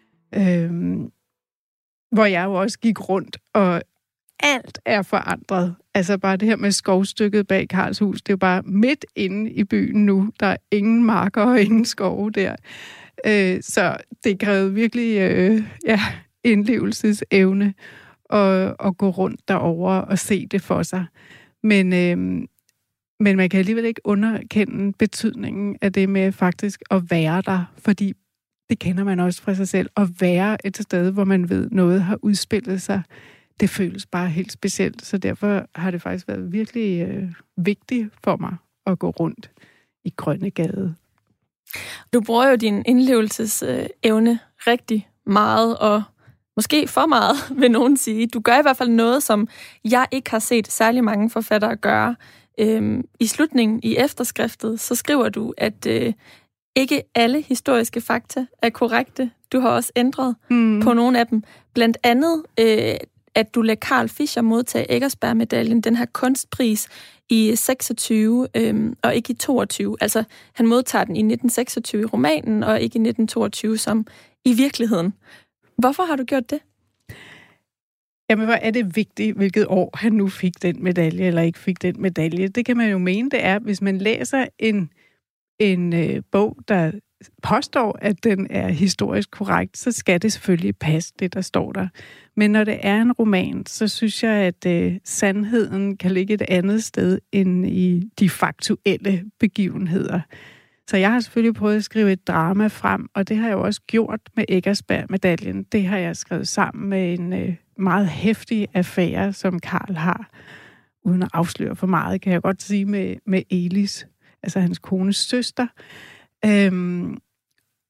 Hvor jeg jo også gik rundt, og alt er forandret. Altså bare det her med skovstykket bag Karls hus, det er jo bare midt inde i byen nu. Der er ingen marker og ingen skove der. Så det krævede virkelig indlevelsesevne at gå rundt derover og se det for sig. Men man kan alligevel ikke underkende betydningen af det med faktisk at være der, fordi det kender man også fra sig selv. At være et sted, hvor man ved, noget har udspillet sig, det føles bare helt specielt. Så derfor har det faktisk været virkelig vigtigt for mig at gå rundt i Grønnegade. Du bruger jo din indlevelsesevne rigtig meget, og måske for meget, vil nogen sige. Du gør i hvert fald noget, som jeg ikke har set særlig mange forfattere gøre. I slutningen i efterskriftet, så skriver du, at ikke alle historiske fakta er korrekte. Du har også ændret på nogle af dem. Blandt andet, at du lader Carl Fischer modtage Eckersberg-medaljen, den her kunstpris, i 26 og ikke i 22. Altså, han modtager den i 1926 i romanen, og ikke i 1922 som i virkeligheden. Hvorfor har du gjort det? Jamen, hvor er det vigtigt, hvilket år han nu fik den medalje, eller ikke fik den medalje. Det kan man jo mene, det er, hvis man læser en bog, der påstår, at den er historisk korrekt, så skal det selvfølgelig passe, det der står der. Men når det er en roman, så synes jeg, at sandheden kan ligge et andet sted end i de faktuelle begivenheder. Så jeg har selvfølgelig prøvet at skrive et drama frem, og det har jeg jo også gjort med Eckersberg-medaljen. Det har jeg skrevet sammen med en meget heftig affære, som Karl har. Uden at afsløre for meget, kan jeg godt sige, med Elis, altså hans kones søster.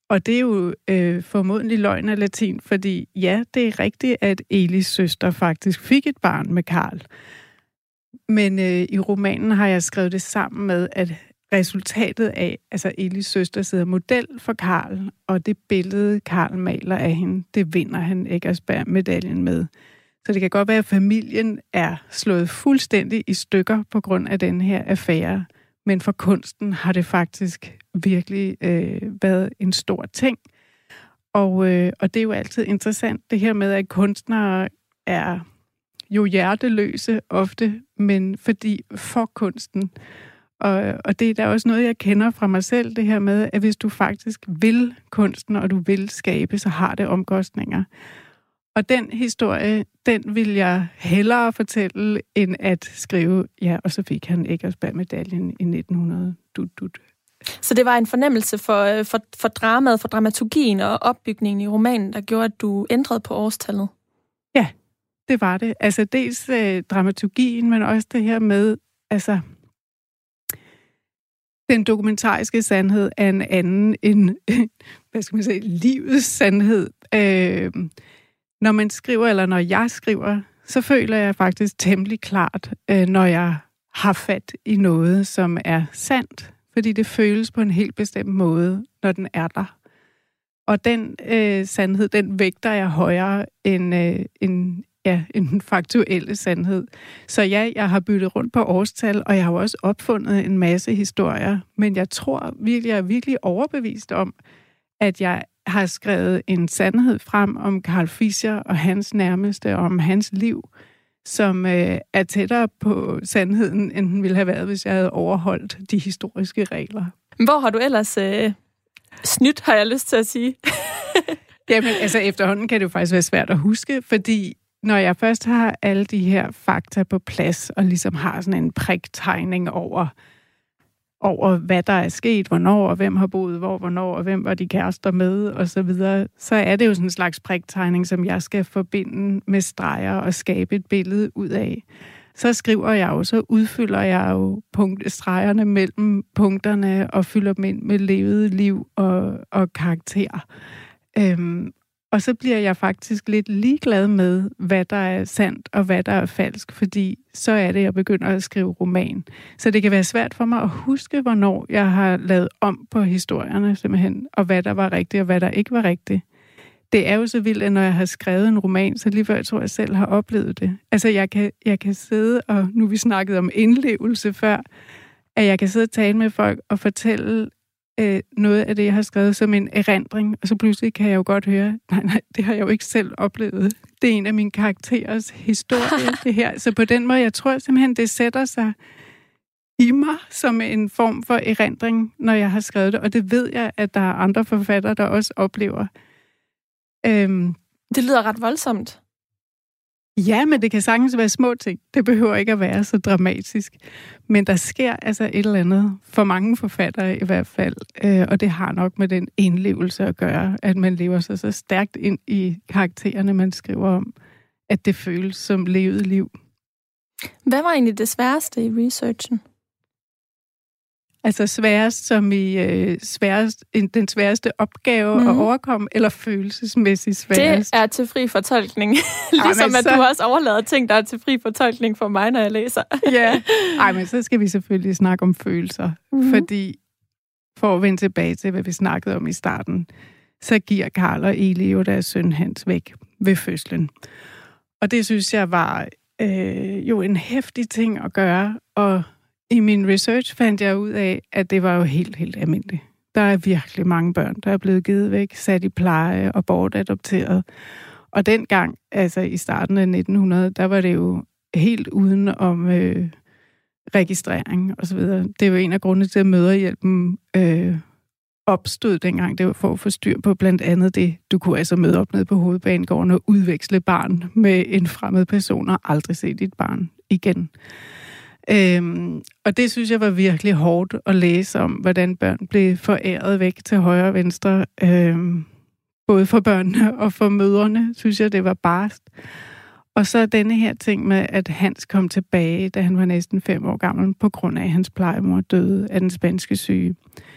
Og det er jo formodentlig løgn af latin, fordi ja, det er rigtigt, at Elis søster faktisk fik et barn med Karl. Men i romanen har jeg skrevet det sammen med, at resultatet af, altså Elis søster sidder model for Karl, og det billede, Karl maler af hende, det vinder han Eckersberg-medaljen med. Så det kan godt være, at familien er slået fuldstændig i stykker på grund af den her affære. Men for kunsten har det faktisk virkelig været en stor ting. Og det er jo altid interessant, det her med, at kunstnere er jo hjerteløse ofte, men fordi for kunsten. Og det er da også noget, jeg kender fra mig selv, det her med, at hvis du faktisk vil kunsten, og du vil skabe, så har det omkostninger. Og den historie, den vil jeg hellere fortælle, end at skrive, ja, og så fik han Eckersberg-medaljen i 1900. Så det var en fornemmelse for dramaet, for dramaturgien og opbygningen i romanen, der gjorde, at du ændrede på årstallet? Ja, det var det. Altså dels dramaturgien, men også det her med, altså den dokumentariske sandhed er en anden end, hvad skal man sige, livets sandhed. Når man skriver, eller når jeg skriver, så føler jeg faktisk temmelig klart, når jeg har fat i noget, som er sandt. Fordi det føles på en helt bestemt måde, når den er der. Og den sandhed, den vægter jeg højere end den faktuelle sandhed. Så ja, jeg har byttet rundt på årstal, og jeg har også opfundet en masse historier. Men jeg tror virkelig, jeg er virkelig overbevist om, at jeg har skrevet en sandhed frem om Carl Fischer og hans nærmeste, om hans liv, som er tættere på sandheden, end den ville have været, hvis jeg havde overholdt de historiske regler. Hvor har du ellers snydt, har jeg lyst til at sige? Jamen, altså efterhånden kan det jo faktisk være svært at huske, fordi når jeg først har alle de her fakta på plads, og ligesom har sådan en priktegning over hvad der er sket, hvornår, og hvem har boet hvor, hvornår, og hvem var de kærester med, og så videre, så er det jo sådan en slags priktegning, som jeg skal forbinde med streger og skabe et billede ud af. Så skriver jeg jo, så udfylder jeg jo stregerne mellem punkterne, og fylder dem ind med levet liv og karakter. Og så bliver jeg faktisk lidt ligeglad med, hvad der er sandt og hvad der er falsk, fordi så er det, jeg begynder at skrive roman. Så det kan være svært for mig at huske, hvornår jeg har lavet om på historierne simpelthen, og hvad der var rigtigt og hvad der ikke var rigtigt. Det er jo så vildt, at når jeg har skrevet en roman, så lige før jeg tror, jeg selv har oplevet det. Altså jeg kan sidde, og nu vi snakkede om indlevelse før, at jeg kan sidde og tale med folk og fortælle noget af det, jeg har skrevet som en erindring, og så pludselig kan jeg jo godt høre, nej, det har jeg jo ikke selv oplevet. Det er en af mine karakterers historie, det her. Så på den måde, jeg tror simpelthen, det sætter sig i mig som en form for erindring, når jeg har skrevet det, og det ved jeg, at der er andre forfattere, der også oplever. Det lyder ret voldsomt. Ja, men det kan sagtens være små ting. Det behøver ikke at være så dramatisk. Men der sker altså et eller andet, for mange forfattere i hvert fald, og det har nok med den indlevelse at gøre, at man lever sig så stærkt ind i karaktererne, man skriver om, at det føles som levet liv. Hvad var egentlig det sværeste i researchen? Altså sværest som i den sværeste opgave at overkomme, eller følelsesmæssigt sværest? Det er til fri fortolkning. Ligesom at du også overlader ting, der er til fri fortolkning for mig, når jeg læser. Ja, men så skal vi selvfølgelig snakke om følelser. Fordi, for at vende tilbage til, hvad vi snakkede om i starten, så giver Karl og Eli jo deres søn Hans væk ved fødslen. Og det synes jeg var jo en heftig ting at gøre, og i min research fandt jeg ud af, at det var jo helt, helt almindeligt. Der er virkelig mange børn, der er blevet givet væk, sat i pleje og bortadopteret. Og dengang, altså i starten af 1900, der var det jo helt uden om registrering og så videre. Det er jo en af grundene til, at Mødrehjælpen opstod dengang. Det var for at få styr på blandt andet det. Du kunne altså møde op nede på Hovedbanegården og udveksle barn med en fremmed person og aldrig se dit barn igen. Og det synes jeg var virkelig hårdt at læse om, hvordan børn blev foræret væk til højre og venstre. Både for børnene og for mødrene, synes jeg, det var barst. Og så denne her ting med, at Hans kom tilbage, da han var næsten 5 år gammel, på grund af, at hans plejemor døde af den spanske syge.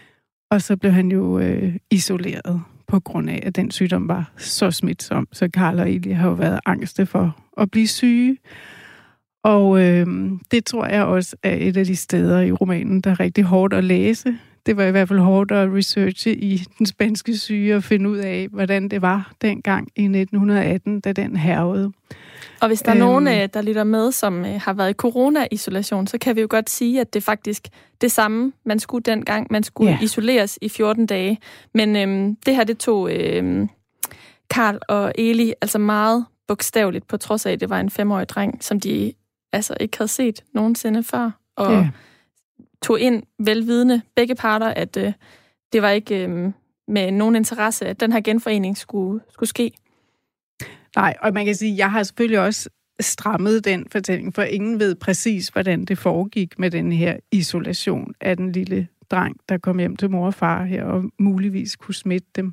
Og så blev han jo isoleret på grund af, at den sygdom var så smitsom. Så Karl og Eli har jo været angste for at blive syge. Og det tror jeg også er et af de steder i romanen, der er rigtig hårdt at læse. Det var i hvert fald hårdt at researche i den spanske syge og finde ud af, hvordan det var dengang i 1918, da den hærgede. Og hvis der er nogen, der lytter med, som har været i corona-isolation, så kan vi jo godt sige, at det er faktisk det samme, man skulle dengang. Man skulle isoleres i 14 dage. Men det her, det tog Karl og Eli altså meget bogstaveligt, på trods af, at det var en 5-årig dreng, som de altså ikke havde set nogensinde før. Og tog ind velvidende begge parter, at det var ikke med nogen interesse, at den her genforening skulle ske. Nej, og man kan sige, at jeg har selvfølgelig også strammet den fortælling, for ingen ved præcis, hvordan det foregik med den her isolation af den lille dreng, der kom hjem til mor og far her, og muligvis kunne smitte dem.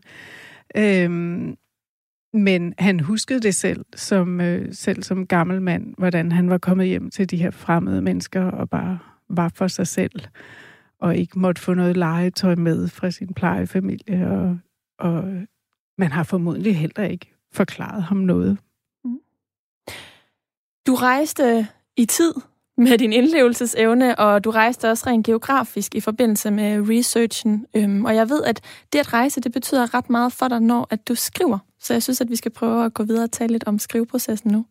Men han huskede det selv som gammel mand, hvordan han var kommet hjem til de her fremmede mennesker og bare var for sig selv, og ikke måtte få noget legetøj med fra sin plejefamilie, og man har formodentlig heller ikke forklaret ham noget. Du rejste i tid med din indlevelsesevne, og du rejste også rent geografisk i forbindelse med researchen. Og jeg ved, at det at rejse, det betyder ret meget for dig, når at du skriver. Så jeg synes, at vi skal prøve at gå videre og tale lidt om skriveprocessen nu.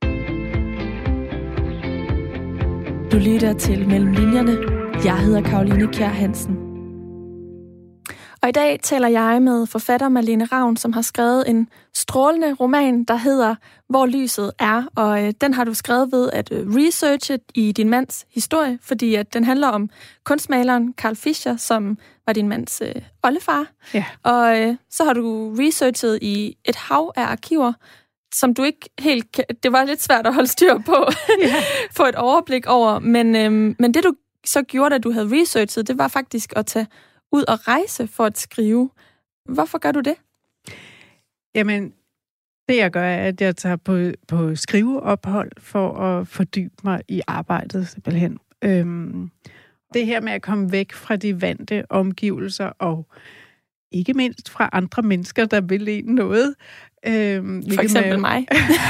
Du lytter til Mellem Linjerne. Jeg hedder Caroline Kjær Hansen. Og i dag taler jeg med forfatter Malene Ravn, som har skrevet en strålende roman, der hedder Hvor lyset er. Og den har du skrevet ved at researche i din mands historie, fordi at den handler om kunstmaleren Carl Fischer, som var din mands oldefar. Ja. Og så har du researchet i et hav af arkiver, som du ikke helt... Det var lidt svært at holde styr på, få et overblik over. Men det du så gjorde, da du havde researchet, det var faktisk at tage ud og rejse for at skrive. Hvorfor gør du det? Jamen, det jeg gør, er, at jeg tager på skriveophold for at fordybe mig i arbejdet, simpelthen. Det her med at komme væk fra de vante omgivelser, og ikke mindst fra andre mennesker, der vil en noget. For eksempel mig.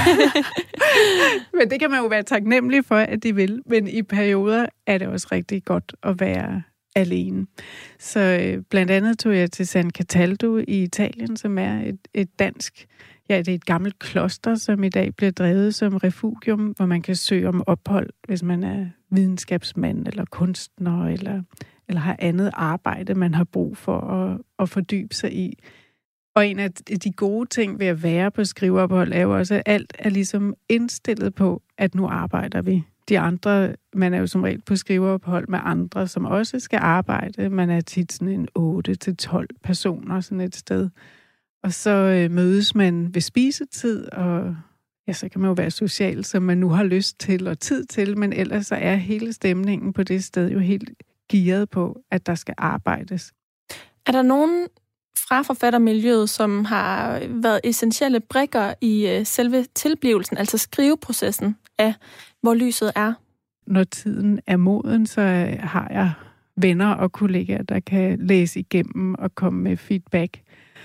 Men det kan man jo være taknemmelig for, at de vil. Men i perioder er det også rigtig godt at være alene. Så blandt andet tog jeg til San Cataldo i Italien, som er et dansk, det er et gammelt kloster, som i dag bliver drevet som refugium, hvor man kan søge om ophold, hvis man er videnskabsmand eller kunstner, eller har andet arbejde, man har brug for at fordybe sig i. Og en af de gode ting ved at være på skriveophold er jo også, at alt er ligesom indstillet på, at nu arbejder vi. De andre, man er jo som regel på skriveophold med andre, som også skal arbejde. Man er tit sådan en 8-12 personer sådan et sted. Og så mødes man ved spisetid, og så kan man jo være social, som man nu har lyst til og tid til, men ellers så er hele stemningen på det sted jo helt gearet på, at der skal arbejdes. Er der nogen fra forfattermiljøet, som har været essentielle brikker i selve tilblivelsen, altså skriveprocessen af, hvor lyset er? Når tiden er moden, så har jeg venner og kollegaer, der kan læse igennem og komme med feedback.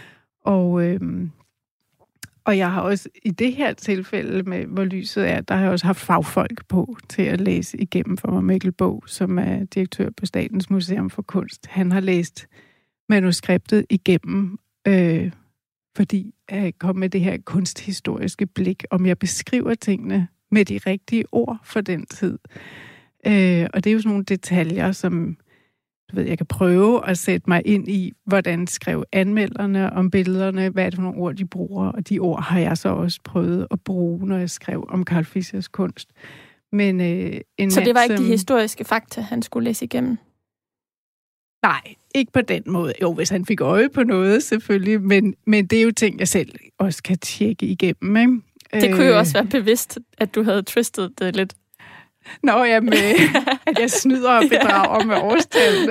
Og jeg har også i det her tilfælde med, hvor lyset er, der har jeg også haft fagfolk på til at læse igennem for mig. Mikkel Bog, som er direktør på Statens Museum for Kunst. Han har læst manuskriptet igennem, fordi jeg kom med det her kunsthistoriske blik, om jeg beskriver tingene med de rigtige ord for den tid. Og det er jo sådan nogle detaljer, som jeg kan prøve at sætte mig ind i, hvordan skrev anmelderne om billederne, hvad er det for nogle ord, de bruger, og de ord har jeg så også prøvet at bruge, når jeg skrev om Carl Fischers kunst. Men, så det var ikke de historiske fakta, han skulle læse igennem? Nej, ikke på den måde. Jo, hvis han fik øje på noget, selvfølgelig, men det er jo ting, jeg selv også kan tjekke igennem, ikke? Det kunne jo også være bevidst, at du havde twistet det lidt. Nå, jamen, at jeg snyder og bedrager med årstallene.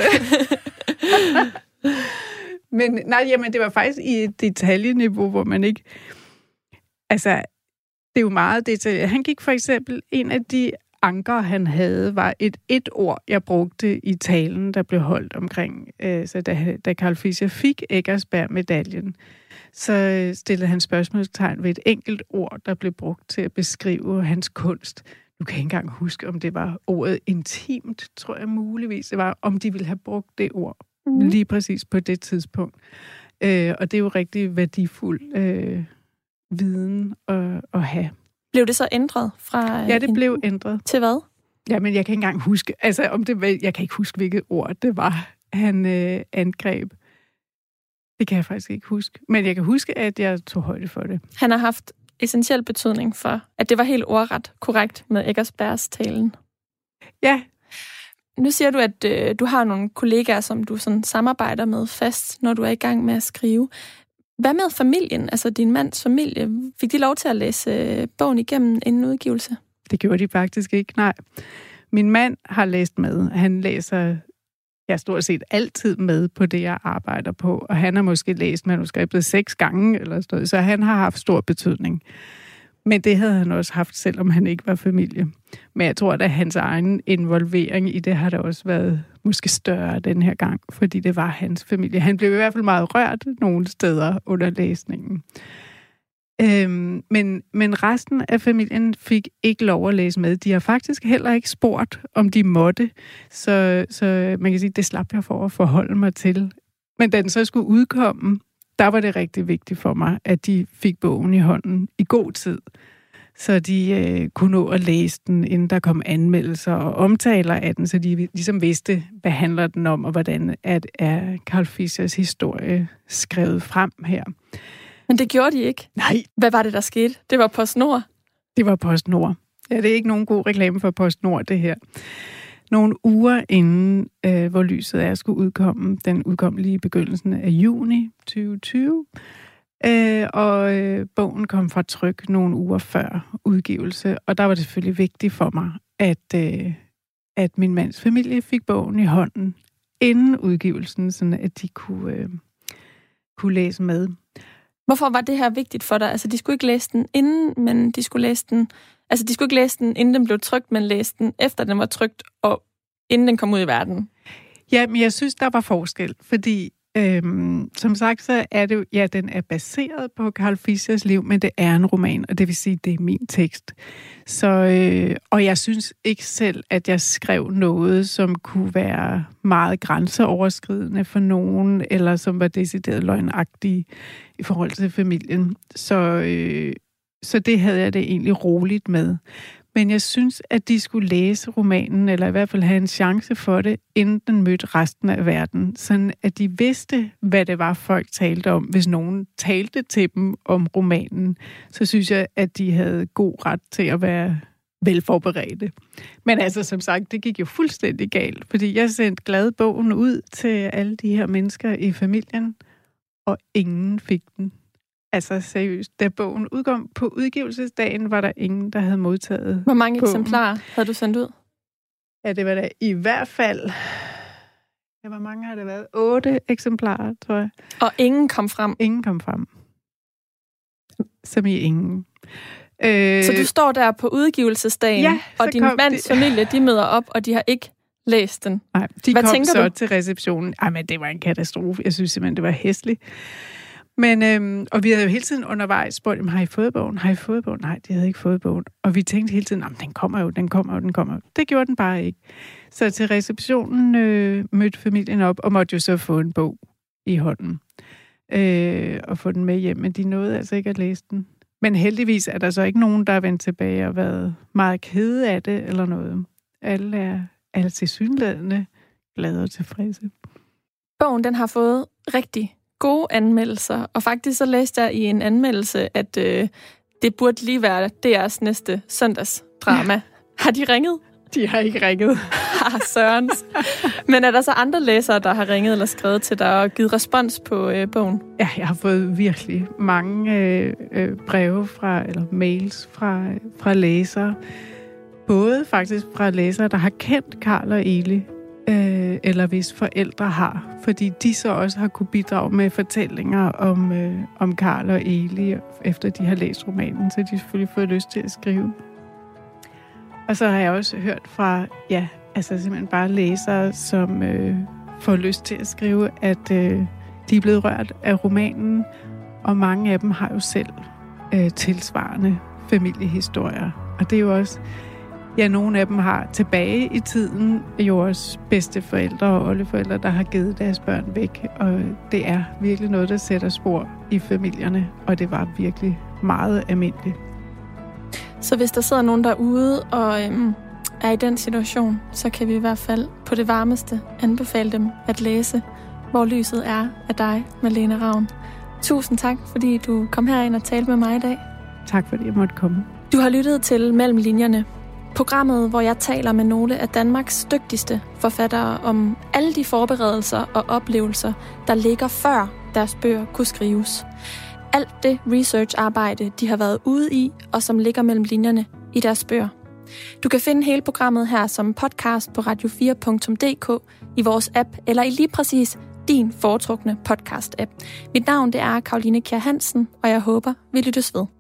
Men nej, jamen, det var faktisk i et detaljeniveau, hvor man ikke... Altså, det er jo meget detaljeret. Han gik for eksempel en af de anker, han havde, var et ord, jeg brugte i talen, der blev holdt omkring, så da Carl Fischer fik Eckersberg-medaljen, så stillede han spørgsmålstegn ved et enkelt ord, der blev brugt til at beskrive hans kunst. Du kan ikke engang huske, om det var ordet intimt, tror jeg muligvis. Det var, om de ville have brugt det ord lige præcis på det tidspunkt. Og det er jo rigtig værdifuld viden at have. Blev det så ændret fra... Ja, det blev ændret. Til hvad? Jamen, jeg kan ikke engang huske, jeg kan ikke huske, hvilket ord det var, han angreb. Det kan jeg faktisk ikke huske. Men jeg kan huske, at jeg tog højde for det. Han har haft essentiel betydning for, at det var helt ordret korrekt med Eckersbergs talen. Ja. Nu siger du, at du har nogle kollegaer, som du sådan samarbejder med fast, når du er i gang med at skrive. Hvad med familien, altså din mands familie? Fik de lov til at læse bogen igennem inden udgivelse? Det gjorde de faktisk ikke, nej. Min mand har læst med. Han læser stort set altid med på det, jeg arbejder på. Og han har måske læst manuskriptet 6 gange, eller sådan noget, så han har haft stor betydning. Men det havde han også haft, selvom han ikke var familie. Men jeg tror, at hans egen involvering i det har da også været måske større den her gang, fordi det var hans familie. Han blev i hvert fald meget rørt nogle steder under læsningen. Men resten af familien fik ikke lov at læse med. De har faktisk heller ikke spurgt, om de måtte. Så man kan sige, det slap jeg for at forholde mig til. Men da den så skulle udkomme, der var det rigtig vigtigt for mig, at de fik bogen i hånden i god tid. Så de kunne nå at læse den, inden der kom anmeldelser og omtaler af den, så de ligesom vidste, hvad handler den om, og hvordan er Carl Fischers historie skrevet frem her. Men det gjorde de ikke. Nej. Hvad var det, der skete? Det var PostNord. Det var PostNord. Ja, det er ikke nogen god reklame for PostNord, det her. Nogle uger inden, hvor Lyset er skulle udkomme, den udkom lige i begyndelsen af juni 2020, og bogen kom fra tryk nogle uger før udgivelse, og der var det selvfølgelig vigtigt for mig, at min mands familie fik bogen i hånden inden udgivelsen, sådan at de kunne læse med. Hvorfor var det her vigtigt for dig? Altså, de skulle ikke læse den inden, men de skulle læse den... Altså, de skulle ikke læse den, inden den blev trykt, men læse den, efter den var trykt, og inden den kom ud i verden. Ja, men jeg synes, der var forskel, fordi som sagt, så er det jo, den er baseret på Carl Fischers liv, men det er en roman, og det vil sige, det er min tekst. Så, og jeg synes ikke selv, at jeg skrev noget, som kunne være meget grænseoverskridende for nogen, eller som var decideret løgnagtige i forhold til familien. Så det havde jeg det egentlig roligt med. Men jeg synes, at de skulle læse romanen, eller i hvert fald have en chance for det, inden den mødte resten af verden. Sådan at de vidste, hvad det var, folk talte om. Hvis nogen talte til dem om romanen, så synes jeg, at de havde god ret til at være velforberedte. Men altså, som sagt, det gik jo fuldstændig galt, fordi jeg sendte glad bogen ud til alle de her mennesker i familien, og ingen fik den. Altså seriøst, da bogen udkom på udgivelsesdagen, var der ingen, der havde modtaget. Hvor mange eksemplarer havde du sendt ud? Ja, det var da i hvert fald... Ja, hvor mange har det været? 8 eksemplarer, tror jeg. Og ingen kom frem? Ingen kom frem. Som i ingen. Så du står der på udgivelsesdagen, ja, og din mands familie, de møder op, og de har ikke læst den. Nej, de kom så til receptionen. Ej, men det var en katastrofe. Jeg synes simpelthen, det var hæsligt. Men, og vi havde jo hele tiden undervejs spurgt, har I fået bogen? Har I fået bogen? Nej, de havde ikke fået bogen. Og vi tænkte hele tiden, den kommer jo. Det gjorde den bare ikke. Så til receptionen mødte familien op, og måtte jo så få en bog i hånden. Og få den med hjem, men de nåede altså ikke at læse den. Men heldigvis er der så ikke nogen, der er vendt tilbage og været meget kede af det, eller noget. Alle er tilsyneladende glade og tilfredse. Bogen, den har fået rigtig gode anmeldelser, og faktisk så læste jeg i en anmeldelse, at det burde lige være DR's næste søndagsdrama. Har de ringet? De har ikke ringet. Sørens. Men er der så andre læsere, der har ringet eller skrevet til dig og givet respons på bogen? Ja, jeg har fået virkelig mange breve eller mails fra læsere. Både faktisk fra læsere, der har kendt Carl og Eli, eller hvis forældre har, fordi de så også har kunne bidrage med fortællinger om Carl og Eli, efter de har læst romanen, så de har selvfølgelig fået lyst til at skrive. Og så har jeg også hørt fra, simpelthen bare læsere, som får lyst til at skrive, at de er blevet rørt af romanen, og mange af dem har jo selv tilsvarende familiehistorier. Og det er jo også, nogle af dem har tilbage i tiden jo også bedsteforældre og oldeforældre, der har givet deres børn væk. Og det er virkelig noget, der sætter spor i familierne, og det var virkelig meget almindeligt. Så hvis der sidder nogen derude og er i den situation, så kan vi i hvert fald på det varmeste anbefale dem at læse Hvor lyset er af dig, Malene Ravn. Tusind tak, fordi du kom herind og talte med mig i dag. Tak, fordi jeg måtte komme. Du har lyttet til Mellem Linjerne. Programmet, hvor jeg taler med nogle af Danmarks dygtigste forfattere om alle de forberedelser og oplevelser, der ligger før deres bøger kunne skrives. Alt det research-arbejde, de har været ude i, og som ligger mellem linjerne i deres bøger. Du kan finde hele programmet her som podcast på radio4.dk, i vores app, eller i lige præcis din foretrukne podcast-app. Mit navn det er Caroline Kjær Hansen, og jeg håber, vi lyttes ved.